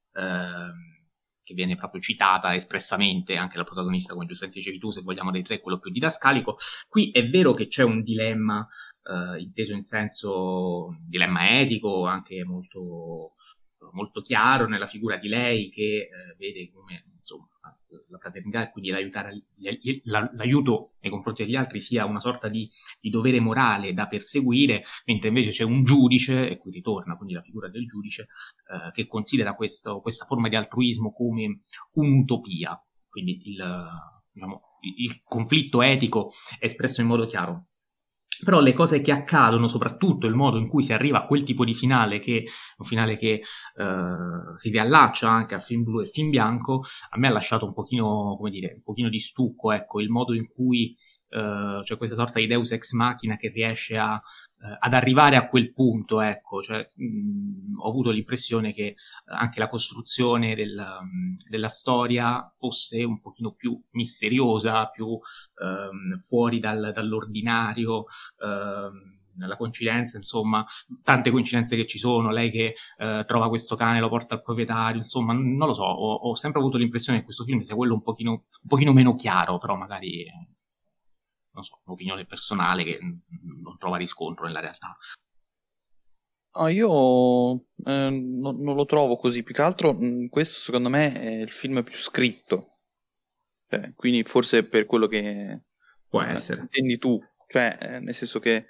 proprio citata espressamente anche dal protagonista, come giustamente dicevi tu, se vogliamo dei 3 quello più didascalico. Qui è vero che c'è un dilemma inteso in senso dilemma etico, anche molto chiaro nella figura di lei, che vede come insomma la fraternità e quindi l'aiuto nei confronti degli altri sia una sorta di dovere morale da perseguire, mentre invece c'è un giudice, e qui ritorna quindi la figura del giudice, che considera questa forma di altruismo come un'utopia. Quindi il conflitto etico è espresso in modo chiaro. Però le cose che accadono, soprattutto il modo in cui si arriva a quel tipo di finale, che un finale che si riallaccia anche a film blu e film bianco, a me ha lasciato un pochino, come dire, un pochino di stucco, ecco, il modo in cui cioè questa sorta di Deus ex machina che riesce ad arrivare a quel punto, ecco, cioè, ho avuto l'impressione che anche la costruzione della storia fosse un pochino più misteriosa, più fuori dall'ordinario, la coincidenza, insomma, tante coincidenze che ci sono, lei che trova questo cane, lo porta al proprietario, insomma, non lo so, ho sempre avuto l'impressione che questo film sia quello un pochino meno chiaro, però magari, non so, un'opinione personale che non trova riscontro nella realtà. No, io non lo trovo così, più che altro questo secondo me è il film più scritto, quindi forse per quello che Può essere. intendi tu, cioè nel senso che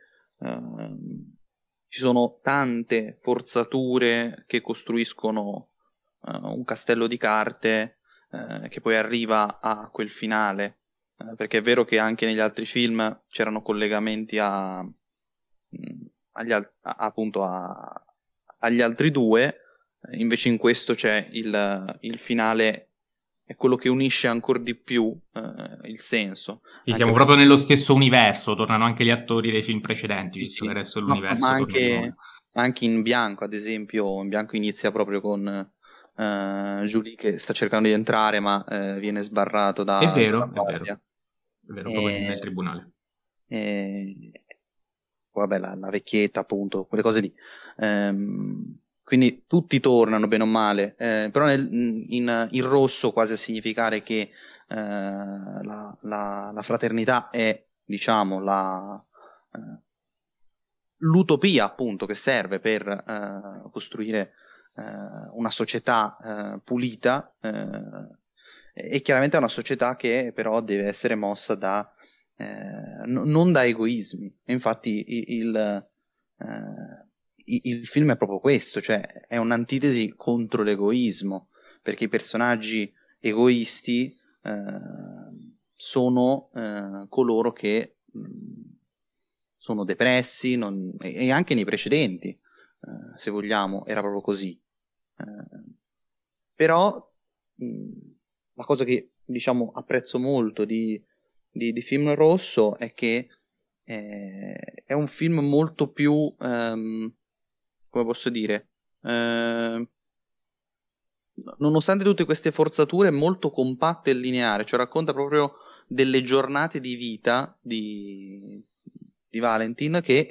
ci sono tante forzature che costruiscono un castello di carte che poi arriva a quel finale, perché è vero che anche negli altri film c'erano collegamenti appunto agli altri due, invece in questo c'è il finale, è quello che unisce ancora di più il senso. Sì, siamo proprio nello stesso universo, tornano anche gli attori dei film precedenti, Sì, visto sì. che adesso No, l'universo ma torna di nuovo. anche in Bianco, ad esempio, in Bianco inizia proprio con Julie che sta cercando di entrare ma viene sbarrato È dalla vero, guardia. è vero, proprio nel tribunale. Vabbè, la vecchietta, appunto, quelle cose lì. Quindi tutti tornano bene o male, però in rosso quasi a significare che la fraternità è, diciamo, l'utopia appunto che serve per costruire una società pulita, e chiaramente è una società che però deve essere mossa non da egoismi. E infatti il film è proprio questo, cioè è un'antitesi contro l'egoismo, perché i personaggi egoisti sono coloro che sono depressi, e anche nei precedenti, se vogliamo, era proprio così. Però la cosa che, diciamo, apprezzo molto di Film Rosso è che è un film molto più, come posso dire, nonostante tutte queste forzature, molto compatto e lineare, cioè racconta proprio delle giornate di vita di Valentin che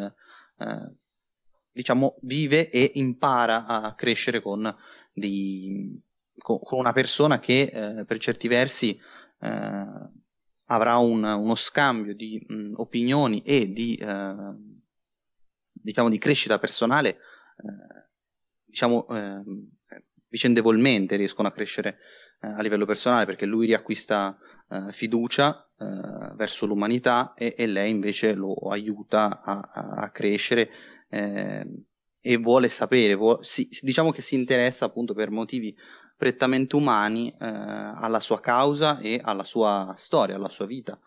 diciamo vive e impara a crescere con una persona che per certi versi avrà uno scambio di opinioni e diciamo di crescita personale, diciamo vicendevolmente riescono a crescere a livello personale, perché lui riacquista fiducia verso l'umanità e lei invece lo aiuta a crescere, e vuole sapere, diciamo che si interessa appunto per motivi prettamente umani alla sua causa e alla sua storia, alla sua vita,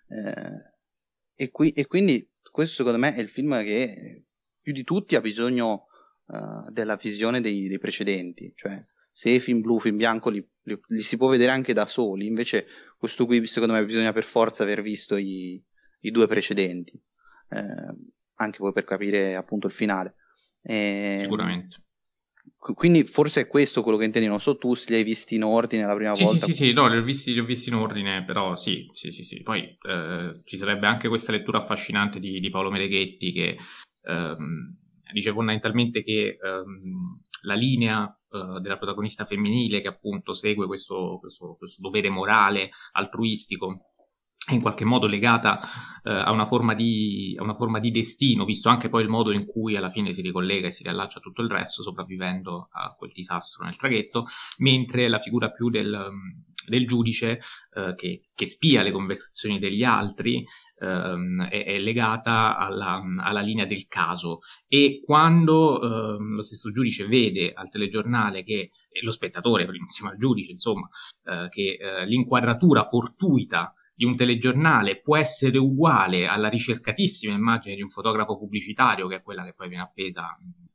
e quindi questo secondo me è il film che più di tutti ha bisogno della visione dei precedenti, cioè se film blu, film bianco li si può vedere anche da soli, invece questo qui secondo me bisogna per forza aver visto i due precedenti, anche poi per capire appunto il finale. Sicuramente. Quindi forse è questo quello che intendi, non so tu se li hai visti in ordine la prima volta. Sì, no, li ho visti in ordine, però sì. Poi ci sarebbe anche questa lettura affascinante di Paolo Mereghetti che dice fondamentalmente che la linea della protagonista femminile che appunto segue questo dovere morale, altruistico, è in qualche modo legata a una forma di destino, visto anche poi il modo in cui alla fine si ricollega e si riallaccia a tutto il resto, sopravvivendo a quel disastro nel traghetto, mentre la figura più del giudice che spia le conversazioni degli altri è legata alla linea del caso. E quando lo stesso giudice vede al telegiornale che lo spettatore, insieme al giudice, insomma, che l'inquadratura fortuita di un telegiornale può essere uguale alla ricercatissima immagine di un fotografo pubblicitario, che è quella che poi viene appesa in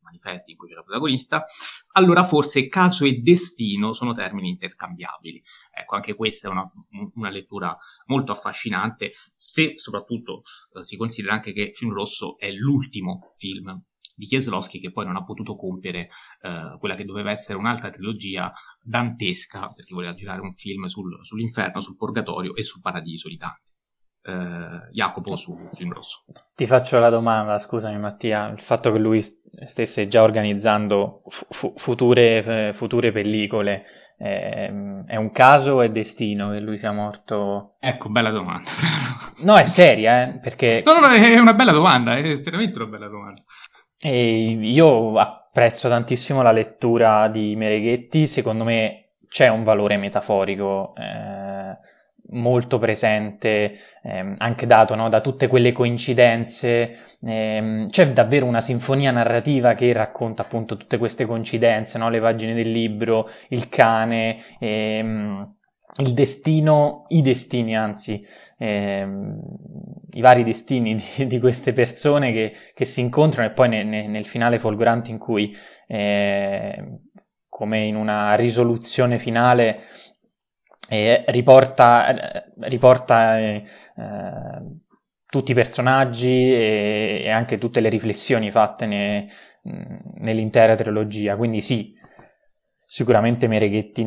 manifesti in cui c'è la protagonista, allora forse caso e destino sono termini intercambiabili. Ecco, anche questa è una lettura molto affascinante, se soprattutto si considera anche che Film Rosso è l'ultimo film di Kieslowski che poi non ha potuto compiere quella che doveva essere un'altra trilogia dantesca, perché voleva girare un film sull'inferno, sul purgatorio e sul paradiso di Dante. Jacopo, su Film Rosso. Ti faccio la domanda, scusami Mattia, il fatto che lui stesse già organizzando future pellicole, è un caso o è destino che lui sia morto? Ecco, bella domanda. No, è seria, perché... No, è una bella domanda, è estremamente una bella domanda. E io apprezzo tantissimo la lettura di Mereghetti, secondo me c'è un valore metaforico molto presente, anche dato, no, da tutte quelle coincidenze, c'è davvero una sinfonia narrativa che racconta appunto tutte queste coincidenze, no? Le pagine del libro, il cane, il destino, i destini anzi, i vari destini di queste persone che si incontrano e poi nel finale folgorante in cui, come in una risoluzione finale, riporta tutti i personaggi e anche tutte le riflessioni fatte nell'intera trilogia. Quindi sì, sicuramente Mereghetti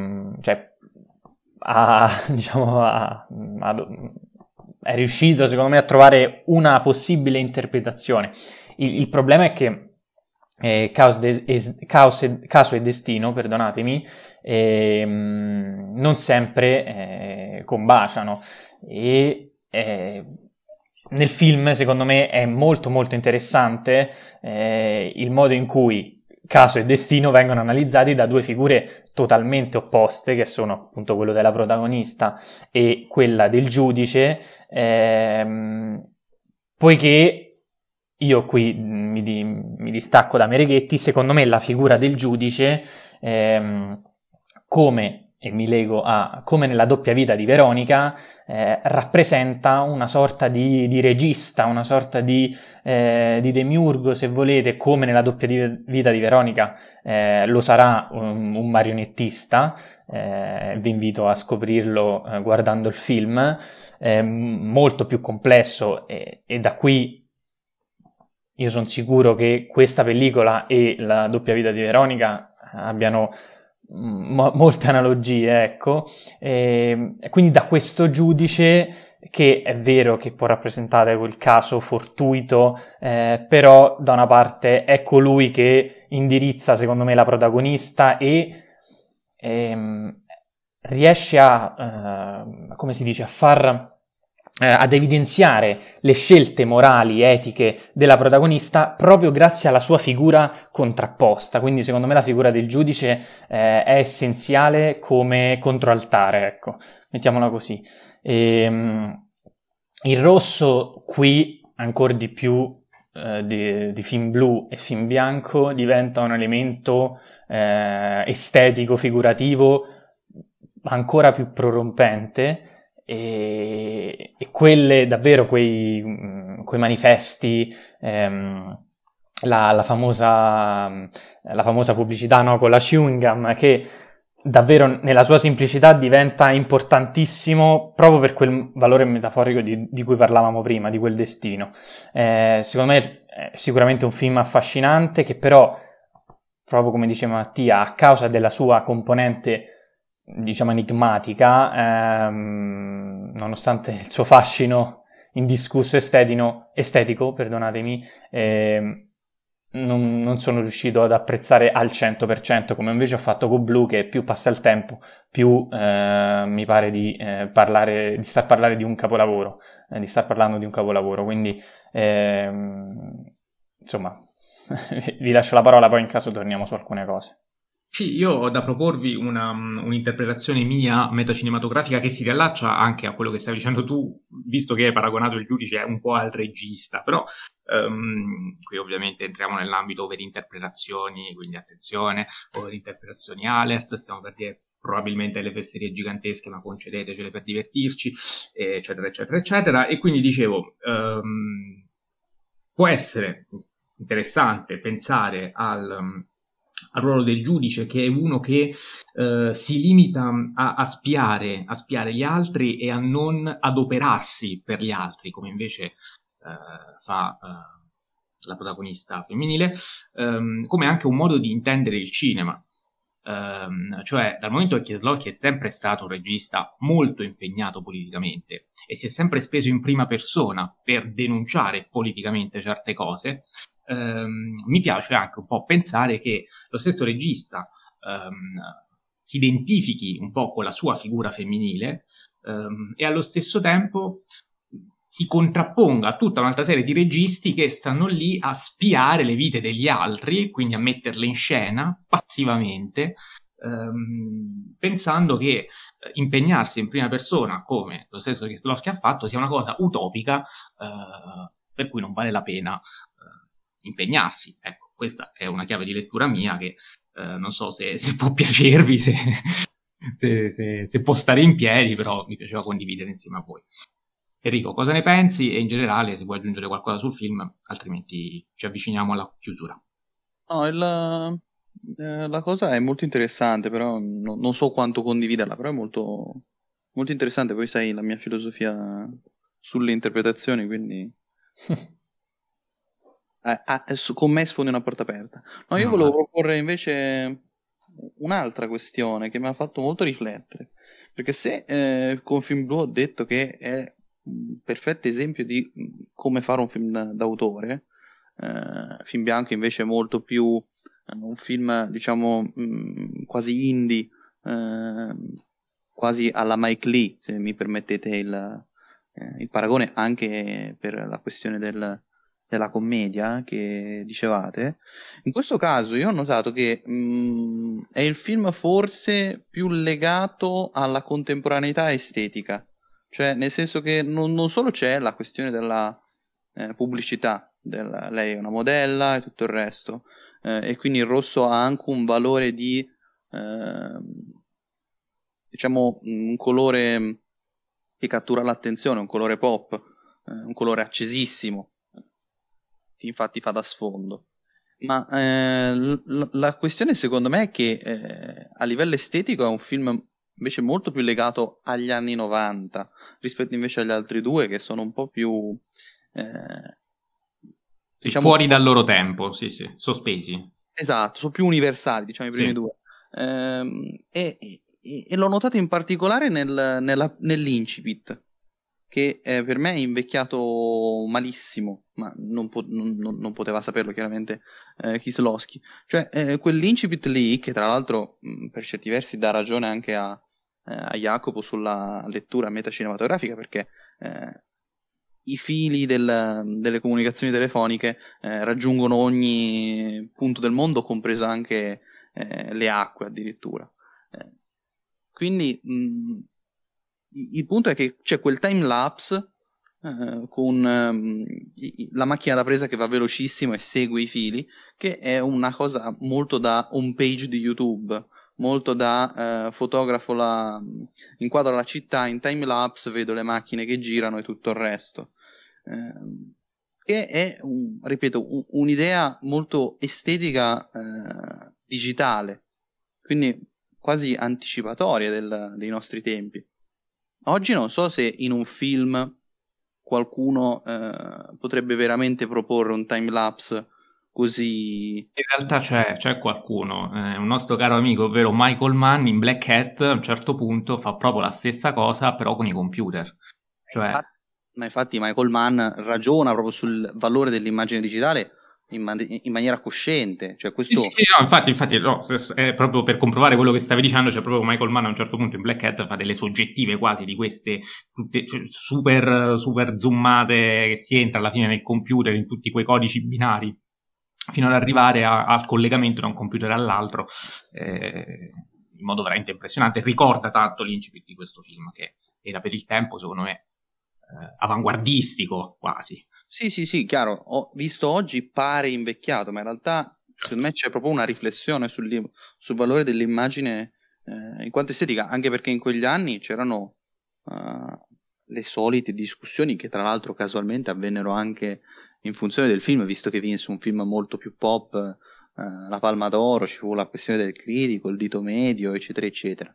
è riuscito secondo me a trovare una possibile interpretazione. Il problema è che Caso e Destino, perdonatemi, non sempre combaciano e nel film secondo me è molto molto interessante il modo in cui Caso e Destino vengono analizzati da due figure totalmente opposte, che sono appunto quello della protagonista e quella del giudice, poiché io qui mi distacco da Mereghetti. Secondo me la figura del giudice, e mi lego a come nella doppia vita di Veronica, rappresenta una sorta di regista, una sorta di demiurgo, se volete, come nella doppia vita di Veronica lo sarà un marionettista. Vi invito a scoprirlo guardando il film, molto più complesso, e da qui io sono sicuro che questa pellicola e la doppia vita di Veronica abbiano molte analogie, ecco. E quindi da questo giudice, che è vero che può rappresentare quel caso fortuito, però da una parte è colui che indirizza secondo me la protagonista e riesce come si dice, ad evidenziare le scelte morali, etiche della protagonista proprio grazie alla sua figura contrapposta. Quindi secondo me la figura del giudice è essenziale come controaltare, ecco, mettiamola così. Il rosso qui, ancora di più di film blu e film bianco, diventa un elemento estetico, figurativo, ancora più prorompente. E quelle davvero quei manifesti, la famosa pubblicità, no, con la chewing gum, che davvero nella sua semplicità diventa importantissimo proprio per quel valore metaforico di cui parlavamo prima, di quel destino. Secondo me è sicuramente un film affascinante, che però, proprio come diceva Mattia, a causa della sua componente diciamo enigmatica, nonostante il suo fascino indiscusso estetico, perdonatemi, non sono riuscito ad apprezzare al 100%, come invece ho fatto con Blue, che più passa il tempo, più mi pare di star parlando di un capolavoro, quindi insomma vi lascio la parola, poi in caso torniamo su alcune cose. Sì, io ho da proporvi un'interpretazione mia metacinematografica che si riallaccia anche a quello che stavi dicendo tu, visto che hai paragonato il giudice un po' al regista, però qui ovviamente entriamo nell'ambito overinterpretazioni, quindi attenzione, overinterpretazioni alert, stiamo per dire probabilmente le fesserie gigantesche, ma concedetecele per divertirci, eccetera, eccetera, eccetera, e quindi dicevo, può essere interessante pensare al ruolo del giudice, che è uno che si limita a spiare gli altri e a non adoperarsi per gli altri, come invece fa la protagonista femminile, come anche un modo di intendere il cinema. Cioè, dal momento che Kieslowski è sempre stato un regista molto impegnato politicamente e si è sempre speso in prima persona per denunciare politicamente certe cose, mi piace anche un po' pensare che lo stesso regista si identifichi un po' con la sua figura femminile e allo stesso tempo si contrapponga a tutta un'altra serie di registi che stanno lì a spiare le vite degli altri, quindi a metterle in scena passivamente, pensando che impegnarsi in prima persona, come lo stesso Kieslowski ha fatto, sia una cosa utopica, per cui non vale la pena impegnarsi. Ecco, questa è una chiave di lettura mia che non so se può piacervi, se può stare in piedi, però mi piaceva condividere insieme a voi. Enrico, cosa ne pensi? E in generale, se vuoi aggiungere qualcosa sul film, altrimenti ci avviciniamo alla chiusura. No, la cosa è molto interessante, però non so quanto condividerla, però è molto, molto interessante. Poi sai la mia filosofia sulle interpretazioni, quindi con me sfondi una porta aperta. No, io volevo proporre invece un'altra questione che mi ha fatto molto riflettere, perché se con Film Blu ho detto che è un perfetto esempio di come fare un film d'autore, Film Bianco invece è molto più un film, diciamo, quasi indie, quasi alla Mike Lee, se mi permettete il paragone, anche per la questione della commedia che dicevate. In questo caso io ho notato che è il film forse più legato alla contemporaneità estetica, cioè nel senso che non solo c'è la questione della pubblicità, lei è una modella e tutto il resto, e quindi il rosso ha anche un valore di diciamo un colore che cattura l'attenzione, un colore pop, un colore accesissimo, che infatti fa da sfondo. Ma la questione secondo me è che a livello estetico è un film invece molto più legato agli anni 90 rispetto invece agli altri due che sono un po' più diciamo fuori dal loro tempo, sì, sospesi. Esatto, sono più universali, diciamo, i primi due. E l'ho notato in particolare nell'incipit, che per me è invecchiato malissimo, ma non poteva saperlo chiaramente Kieslowski. Cioè, quell'incipit lì, che tra l'altro per certi versi dà ragione anche a Jacopo sulla lettura metacinematografica, perché i fili delle comunicazioni telefoniche raggiungono ogni punto del mondo, compresa anche le acque addirittura. Quindi il punto è che c'è quel time lapse con la macchina da presa che va velocissimo e segue i fili, che è una cosa molto da home page di YouTube, molto da fotografo inquadro la città in time lapse, vedo le macchine che girano e tutto il resto. Che è, ripeto, un'idea molto estetica digitale, quindi quasi anticipatoria dei nostri tempi. Oggi non so se in un film qualcuno potrebbe veramente proporre un time-lapse così. In realtà c'è qualcuno, un nostro caro amico, ovvero Michael Mann in Black Hat, a un certo punto fa proprio la stessa cosa, però con i computer. Cioè... Ma infatti Michael Mann ragiona proprio sul valore dell'immagine digitale in maniera cosciente. Cioè questo... Sì, no, infatti no, è proprio per comprovare quello che stavi dicendo, c'è proprio Michael Mann a un certo punto in Black Hat fa delle soggettive quasi di queste tutte, cioè, super zoomate che si entra alla fine nel computer in tutti quei codici binari fino ad arrivare al collegamento da un computer all'altro in modo veramente impressionante. Ricorda tanto l'incipit di questo film, che era per il tempo secondo me avanguardistico quasi. Sì, chiaro, ho visto oggi pare invecchiato, ma in realtà secondo me c'è proprio una riflessione sul valore dell'immagine in quanto estetica, anche perché in quegli anni c'erano le solite discussioni che tra l'altro casualmente avvennero anche in funzione del film, visto che vinse un film molto più pop, la Palma d'Oro, ci fu la questione del critico, il dito medio, eccetera, eccetera.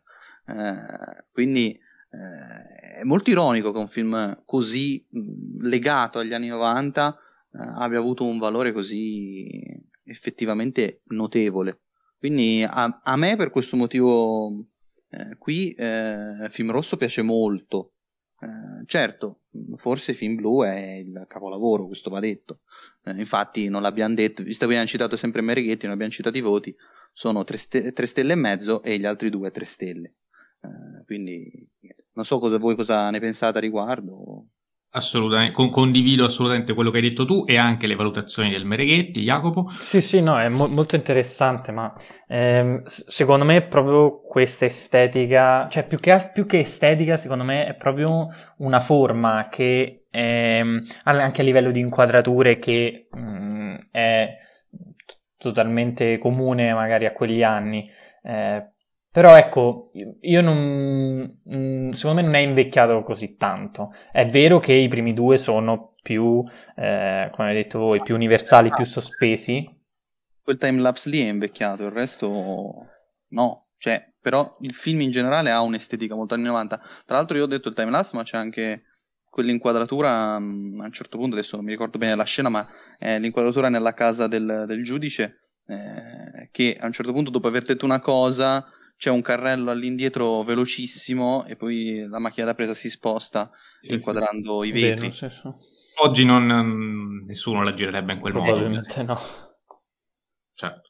Quindi è molto ironico che un film così legato agli anni 90 abbia avuto un valore così effettivamente notevole. Quindi a me per questo motivo qui Film Rosso piace molto. Certo, forse Film Blu è il capolavoro, questo va detto. Infatti non l'abbiamo detto, visto che abbiamo citato sempre Mereghetti, non abbiamo citato i voti, sono 3 stelle e mezzo e gli altri 2 3 stelle. Quindi non so voi cosa ne pensate a riguardo. Assolutamente, condivido assolutamente quello che hai detto tu e anche le valutazioni del Mereghetti, Jacopo. Sì, no, è molto interessante, ma secondo me è proprio questa estetica, cioè più che estetica, secondo me è proprio una forma che anche a livello di inquadrature che è totalmente comune magari a quegli anni. Però ecco, io secondo me non è invecchiato così tanto. È vero che i primi 2 sono più, come avete detto voi, più universali, più sospesi. Quel timelapse lì è invecchiato, il resto no. Cioè, però il film in generale ha un'estetica molto anni 90. Tra l'altro io ho detto il timelapse, ma c'è anche quell'inquadratura, a un certo punto, adesso non mi ricordo bene la scena, ma è l'inquadratura nella casa del giudice, che a un certo punto, dopo aver detto una cosa, c'è un carrello all'indietro velocissimo e poi la macchina da presa si sposta inquadrando i vetri. Vero, sì. Oggi nessuno la girerebbe in quel modo. Probabilmente no. Certo.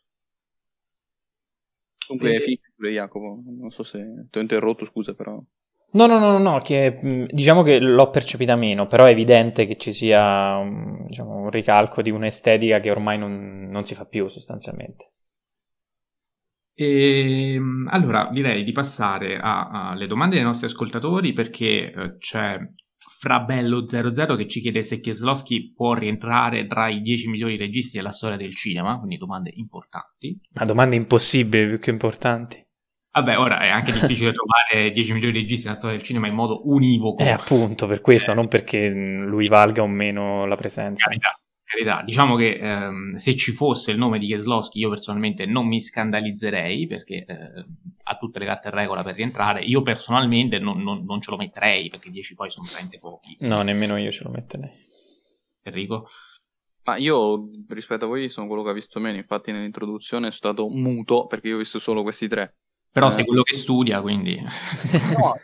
Comunque pure Jacopo, non so se ti ho interrotto, scusa, però. No, che diciamo che l'ho percepita meno, però è evidente che ci sia un ricalco di un'estetica che ormai non si fa più sostanzialmente. Allora direi di passare alle domande dei nostri ascoltatori, perché c'è Frabello00 che ci chiede se Kieslowski può rientrare tra i 10 migliori registi della storia del cinema, quindi domande importanti. Ma domande impossibili più che importanti. Vabbè, ora è anche difficile trovare 10 migliori registi nella storia del cinema in modo univoco. Appunto, per questo, non perché lui valga o meno la presenza. Carità. Diciamo che se ci fosse il nome di Kieslowski io personalmente non mi scandalizzerei, perché ha tutte le carte in regola per rientrare. Io personalmente non ce lo metterei, perché 10 poi sono veramente pochi. No, nemmeno io ce lo metterei. Enrico? Ma io rispetto a voi sono quello che ha visto meno, infatti nell'introduzione sono stato muto perché io ho visto solo questi 3. Però sei quello che studia, quindi... No,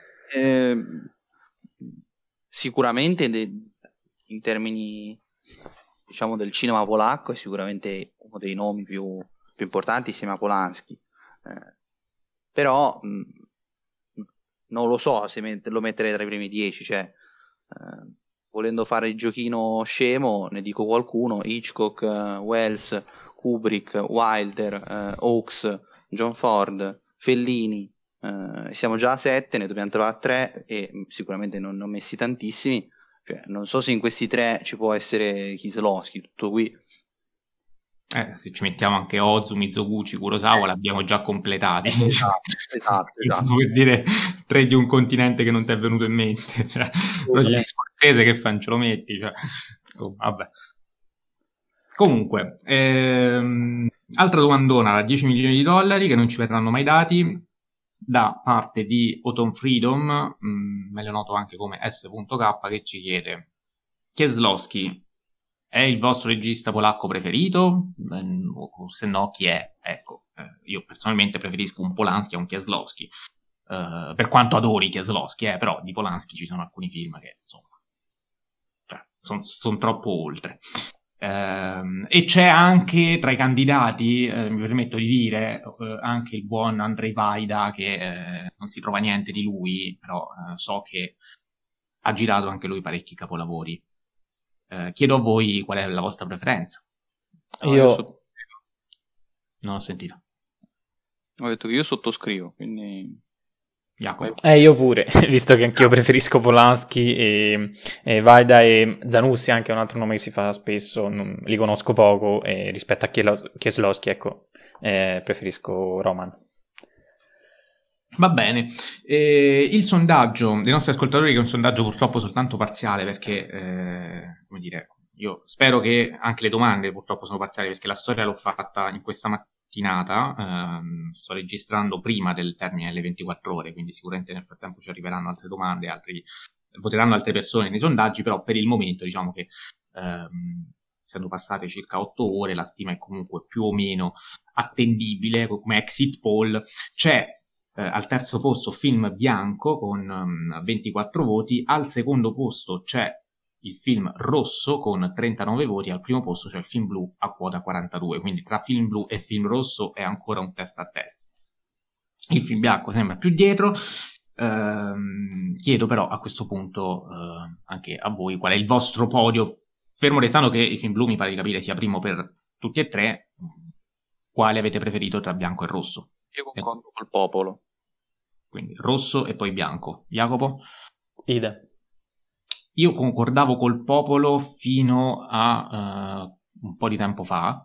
sicuramente in termini, diciamo, del cinema polacco è sicuramente uno dei nomi più importanti insieme a Polanski. Però non lo so se lo metterei tra i primi 10, cioè volendo fare il giochino scemo ne dico qualcuno: Hitchcock, Wells, Kubrick, Wilder, Hawks, John Ford, Fellini. Siamo già a 7, ne dobbiamo trovare 3 e sicuramente non messi tantissimi, cioè, non so se in questi 3 ci può essere Kieslowski, tutto qui. Se ci mettiamo anche Ozu, Mizoguchi, Kurosawa l'abbiamo già completati. Esatto. Per dire 3 di un continente che non ti è venuto in mente. Cioè, però gli Scorsese che fan, ce lo metti? Cioè, insomma, vabbè. Comunque, altra domandona da 10 milioni di dollari che non ci verranno mai dati, da parte di Autumn Freedom, me lo noto anche come S.K, che ci chiede: Kieslowski è il vostro regista polacco preferito? O se no, chi è? Ecco, io personalmente preferisco un Polanski a un Kieslowski, per quanto adori Kieslowski, però di Polanski ci sono alcuni film che, insomma, sono troppo oltre. E c'è anche tra i candidati, mi permetto di dire, anche il buon Andrzej Wajda, che non si trova niente di lui, però so che ha girato anche lui parecchi capolavori. Chiedo a voi qual è la vostra preferenza. Io non ho sentito. Ho detto che io sottoscrivo, quindi... io pure, visto che anch'io preferisco Polanski e Wajda, e Zanussi, anche un altro nome che si fa spesso, li conosco poco, e rispetto a Kieslowski, ecco, preferisco Roman. Va bene, il sondaggio dei nostri ascoltatori, che è un sondaggio purtroppo soltanto parziale, perché come dire, io spero che anche le domande purtroppo sono parziali, perché la storia l'ho fatta in questa mattinata, sto registrando prima del termine delle 24 ore, quindi sicuramente nel frattempo ci arriveranno altre domande, voteranno altre persone nei sondaggi, però per il momento diciamo che essendo passate circa 8 ore, la stima è comunque più o meno attendibile come exit poll. C'è al terzo posto film bianco con 24 voti, al secondo posto c'è il film rosso con 39 voti, al primo posto c'è il film blu a quota 42, quindi tra film blu e film rosso è ancora un testa a testa. Il film bianco sembra più dietro. Chiedo però a questo punto anche a voi qual è il vostro podio, fermo restando che il film blu mi pare di capire sia primo per tutti e tre. Quale avete preferito tra bianco e rosso? Io concordo col popolo. Quindi rosso e poi bianco. Jacopo? Idem. Io concordavo col popolo fino a un po' di tempo fa,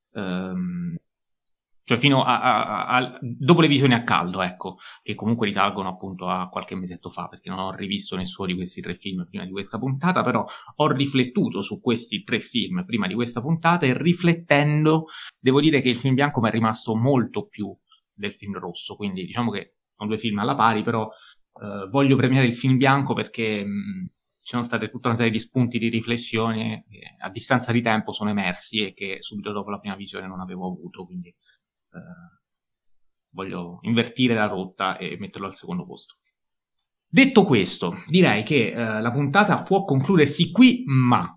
cioè fino a dopo le visioni a caldo, ecco, che comunque risalgono appunto a qualche mesetto fa, perché non ho rivisto nessuno di questi 3 film prima di questa puntata, però ho riflettuto su questi 3 film prima di questa puntata, e riflettendo devo dire che il film bianco mi è rimasto molto più del film rosso, quindi diciamo che sono 2 film alla pari, però voglio premiare il film bianco perché ci sono state tutta una serie di spunti di riflessione che a distanza di tempo sono emersi e che subito dopo la prima visione non avevo avuto, quindi voglio invertire la rotta e metterlo al secondo posto. Detto questo, direi che la puntata può concludersi qui, ma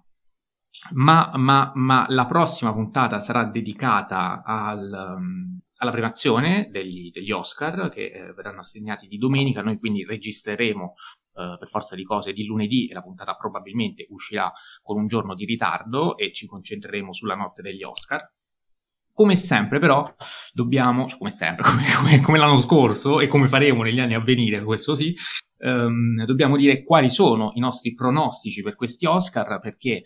la prossima puntata sarà dedicata alla premiazione degli Oscar, che verranno assegnati di domenica. Noi quindi registreremo per forza di cose di lunedì, e la puntata probabilmente uscirà con un giorno di ritardo e ci concentreremo sulla notte degli Oscar. Come sempre però dobbiamo, come sempre, come l'anno scorso e come faremo negli anni a venire, questo sì, dobbiamo dire quali sono i nostri pronostici per questi Oscar, perché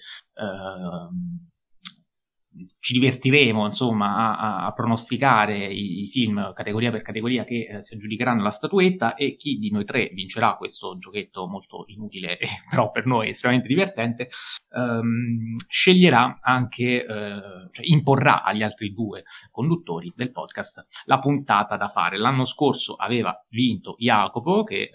ci divertiremo insomma a pronosticare i film categoria per categoria che si aggiudicheranno la statuetta, e chi di noi 3 vincerà questo giochetto molto inutile però per noi estremamente divertente sceglierà anche, cioè imporrà agli altri 2 conduttori del podcast la puntata da fare. L'anno scorso aveva vinto Jacopo, che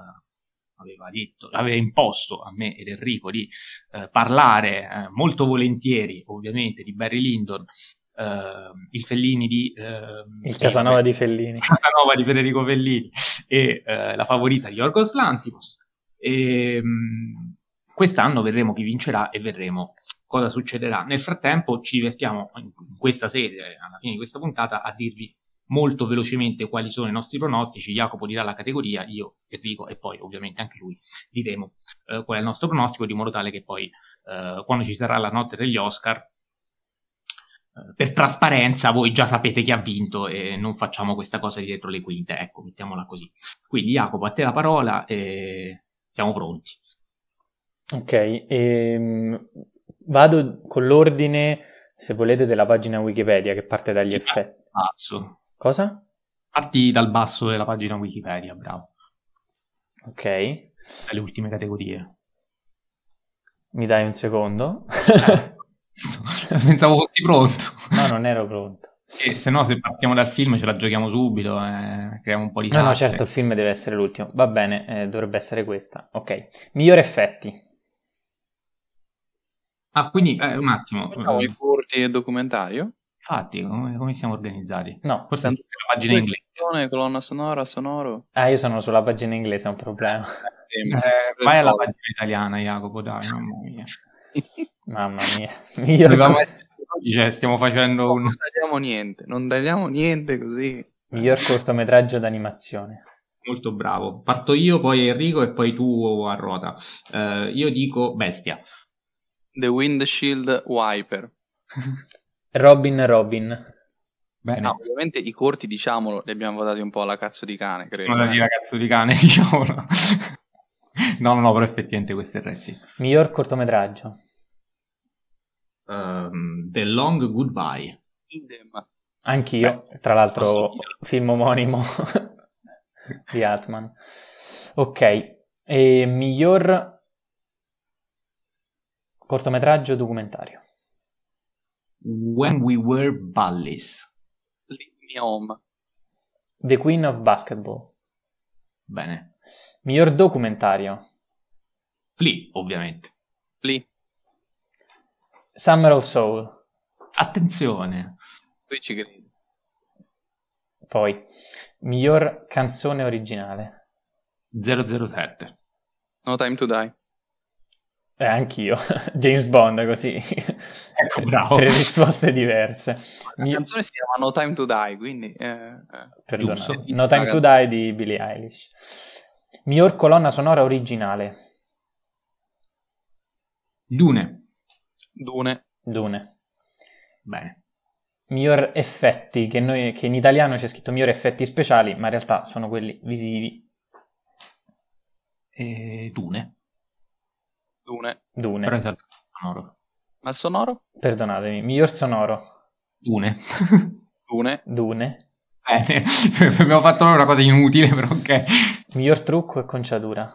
aveva imposto a me ed Enrico di parlare molto volentieri, ovviamente, di Barry Lyndon, il Fellini di il Casanova di Fellini, Casanova di Federico Fellini, e la favorita di Yorgos Lanthimos. E quest'anno vedremo chi vincerà e vedremo cosa succederà. Nel frattempo ci divertiamo in questa sede, alla fine di questa puntata, a dirvi molto velocemente quali sono i nostri pronostici. Jacopo dirà la categoria, io, Enrico e poi ovviamente anche lui diremo qual è il nostro pronostico, di modo tale che poi quando ci sarà la notte degli Oscar, per trasparenza voi già sapete chi ha vinto e non facciamo questa cosa di dietro le quinte, ecco, mettiamola così. Quindi Jacopo, a te la parola e siamo pronti. Ok, vado con l'ordine, se volete, della pagina Wikipedia, che parte dagli effetti. Basso. Cosa? Parti dal basso della pagina Wikipedia, bravo. Ok. Le ultime categorie. Mi dai un secondo? Pensavo fossi pronto. No, non ero pronto. E se no, se partiamo dal film ce la giochiamo subito, creiamo un po' di No, certo, il film deve essere l'ultimo. Va bene, dovrebbe essere questa. Ok. Miglior effetti. Ah, quindi un attimo. I corti e documentario? Infatti, come siamo organizzati? No. Forse è la pagina inglese. Colonna sonora, sonoro. Ah, io sono sulla pagina inglese, è un problema. Vai alla pagina italiana, Jacopo, dai, mamma mia. Mamma mia. Cioè, stiamo facendo un... Non tagliamo niente così. Miglior cortometraggio d'animazione. Molto bravo. Parto io, poi Enrico e poi tu a ruota. Io dico Bestia. The Windshield Wiper. Robin. Bene. No, ovviamente i corti, diciamolo, li abbiamo votati un po' alla cazzo di cane, credo. Non la dire cazzo di cane, diciamolo. No, però effettivamente questo è il resto. Miglior cortometraggio. The Long Goodbye. Anch'io, tra l'altro film omonimo di 'Altman. Ok, e miglior Cortometraggio documentario. When We Were Bullies. Leave Me Home. The Queen of Basketball. Bene. Miglior documentario. Flea, ovviamente. Flea. Summer of Soul. Attenzione. Qui ci credi. Poi, miglior canzone originale. 007. No Time to Die. Anch'io. James Bond, così. Ecco, bravo. 3 risposte diverse. La canzone si chiama No Time to Die, quindi... Perdonate. giusto. No Time to Die di Billie Eilish. Miglior colonna sonora originale. Dune. Dune. Bene. Miglior effetti, che in italiano c'è scritto miglior effetti speciali, ma in realtà sono quelli visivi. Dune. Dune. Però è stato sonoro. Ma il sonoro? Perdonatemi. Miglior sonoro. Dune. Dune. Bene. Abbiamo fatto una cosa inutile, però ok. Miglior trucco e conciatura.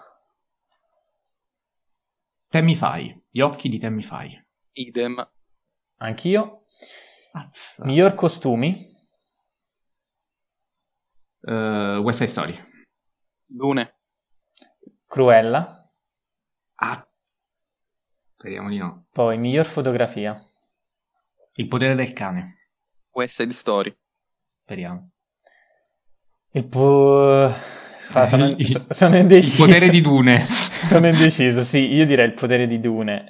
Tammy Faye. Gli occhi di Tammy Faye. Idem. Anch'io. Azza. Miglior costumi. West Side Story. Dune. Cruella. Speriamo di no. Poi miglior fotografia. Il potere del cane. West Side Story. Speriamo. Sono indeciso. Il potere di Dune. Sono indeciso, sì, io direi il potere di Dune.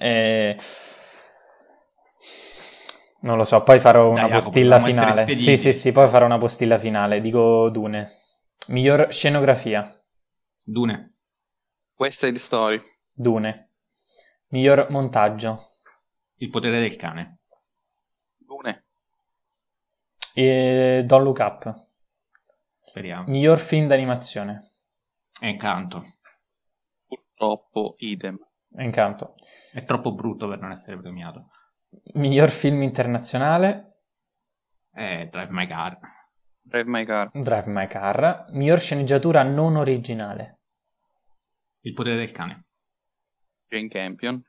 Non lo so, poi farò una postilla finale. Sì, poi farò una postilla finale. Dico Dune. Miglior scenografia. Dune. West Side Story. Dune. Miglior montaggio. Il potere del cane. Dune. Don't Look Up. Speriamo. Miglior film d'animazione. Encanto. Purtroppo idem. Encanto. È troppo brutto per non essere premiato. Miglior film internazionale. Drive My Car. Drive My Drive My Car. Car. Miglior sceneggiatura non originale. Il potere del cane. Jane Campion.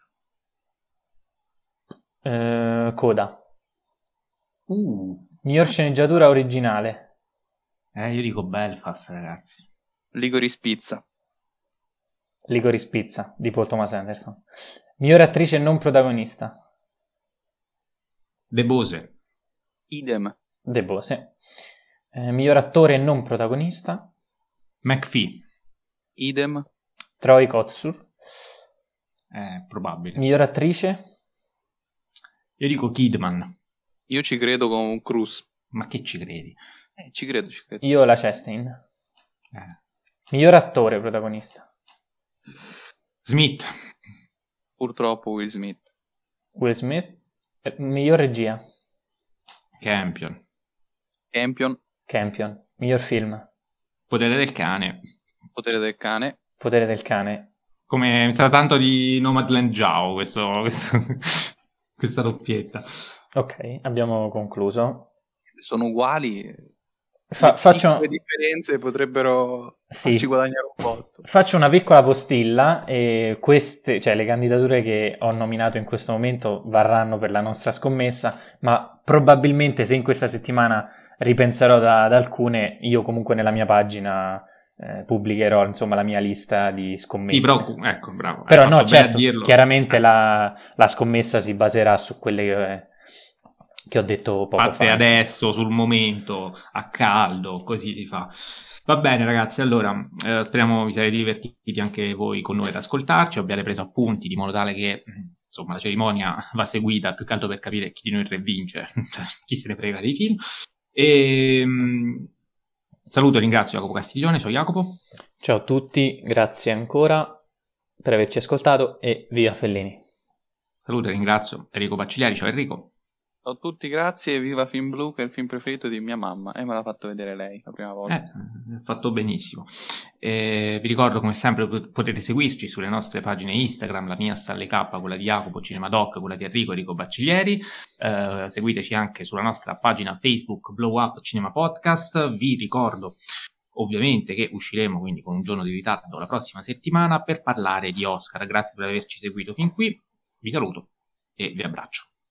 Coda. Miglior sceneggiatura originale. Io dico Belfast, ragazzi. Licorice Pizza. Licorice Pizza di Paul Thomas Anderson. Miglior attrice non protagonista. De Bose. Idem. De Bose. Miglior attore non protagonista. McPhee. Idem. Troy Kotsur. Probabile. Miglior attrice. Io dico Kidman. Io ci credo con Cruz. Ma che ci credi? Ci credo. Io la Chastain. Miglior attore protagonista. Smith. Purtroppo Will Smith. Will Smith. Miglior regia. Campion. Miglior film. Potere del cane. Potere del cane. Potere del cane. Come mi sa tanto di Nomadland Zhao questa doppietta. Ok, abbiamo concluso. Sono uguali. Faccio le differenze potrebbero farci guadagnare un po'. Faccio una piccola postilla e le candidature che ho nominato in questo momento varranno per la nostra scommessa, ma probabilmente se in questa settimana ripenserò ad alcune, io comunque nella mia pagina pubblicherò insomma la mia lista di scommesse. Ecco, bravo. Però no, certo, chiaramente la scommessa si baserà su quelle che ho detto poco fa. Fatte adesso, sul momento, a caldo, così si fa. Va bene ragazzi, allora speriamo vi siate divertiti anche voi con noi ad ascoltarci, abbiate preso appunti di modo tale che insomma la cerimonia va seguita più che altro per capire chi di noi tre vince, chi se ne frega dei film. E saluto e ringrazio Jacopo Castiglione, ciao Jacopo. Ciao a tutti, grazie ancora per averci ascoltato e viva Fellini. Saluto e ringrazio Enrico Bacciglieri, ciao Enrico. Ciao a tutti, grazie e viva Film Blu, che è il film preferito di mia mamma e me l'ha fatto vedere lei la prima volta. Fatto benissimo. Vi ricordo come sempre potete seguirci sulle nostre pagine Instagram, la mia Stanley K, quella di Jacopo, Cinemadoc, quella di Enrico Bacciglieri. Seguiteci anche sulla nostra pagina Facebook Blow Up Cinema Podcast. Vi ricordo ovviamente che usciremo quindi con un giorno di ritardo la prossima settimana per parlare di Oscar. Grazie per averci seguito fin qui, vi saluto e vi abbraccio.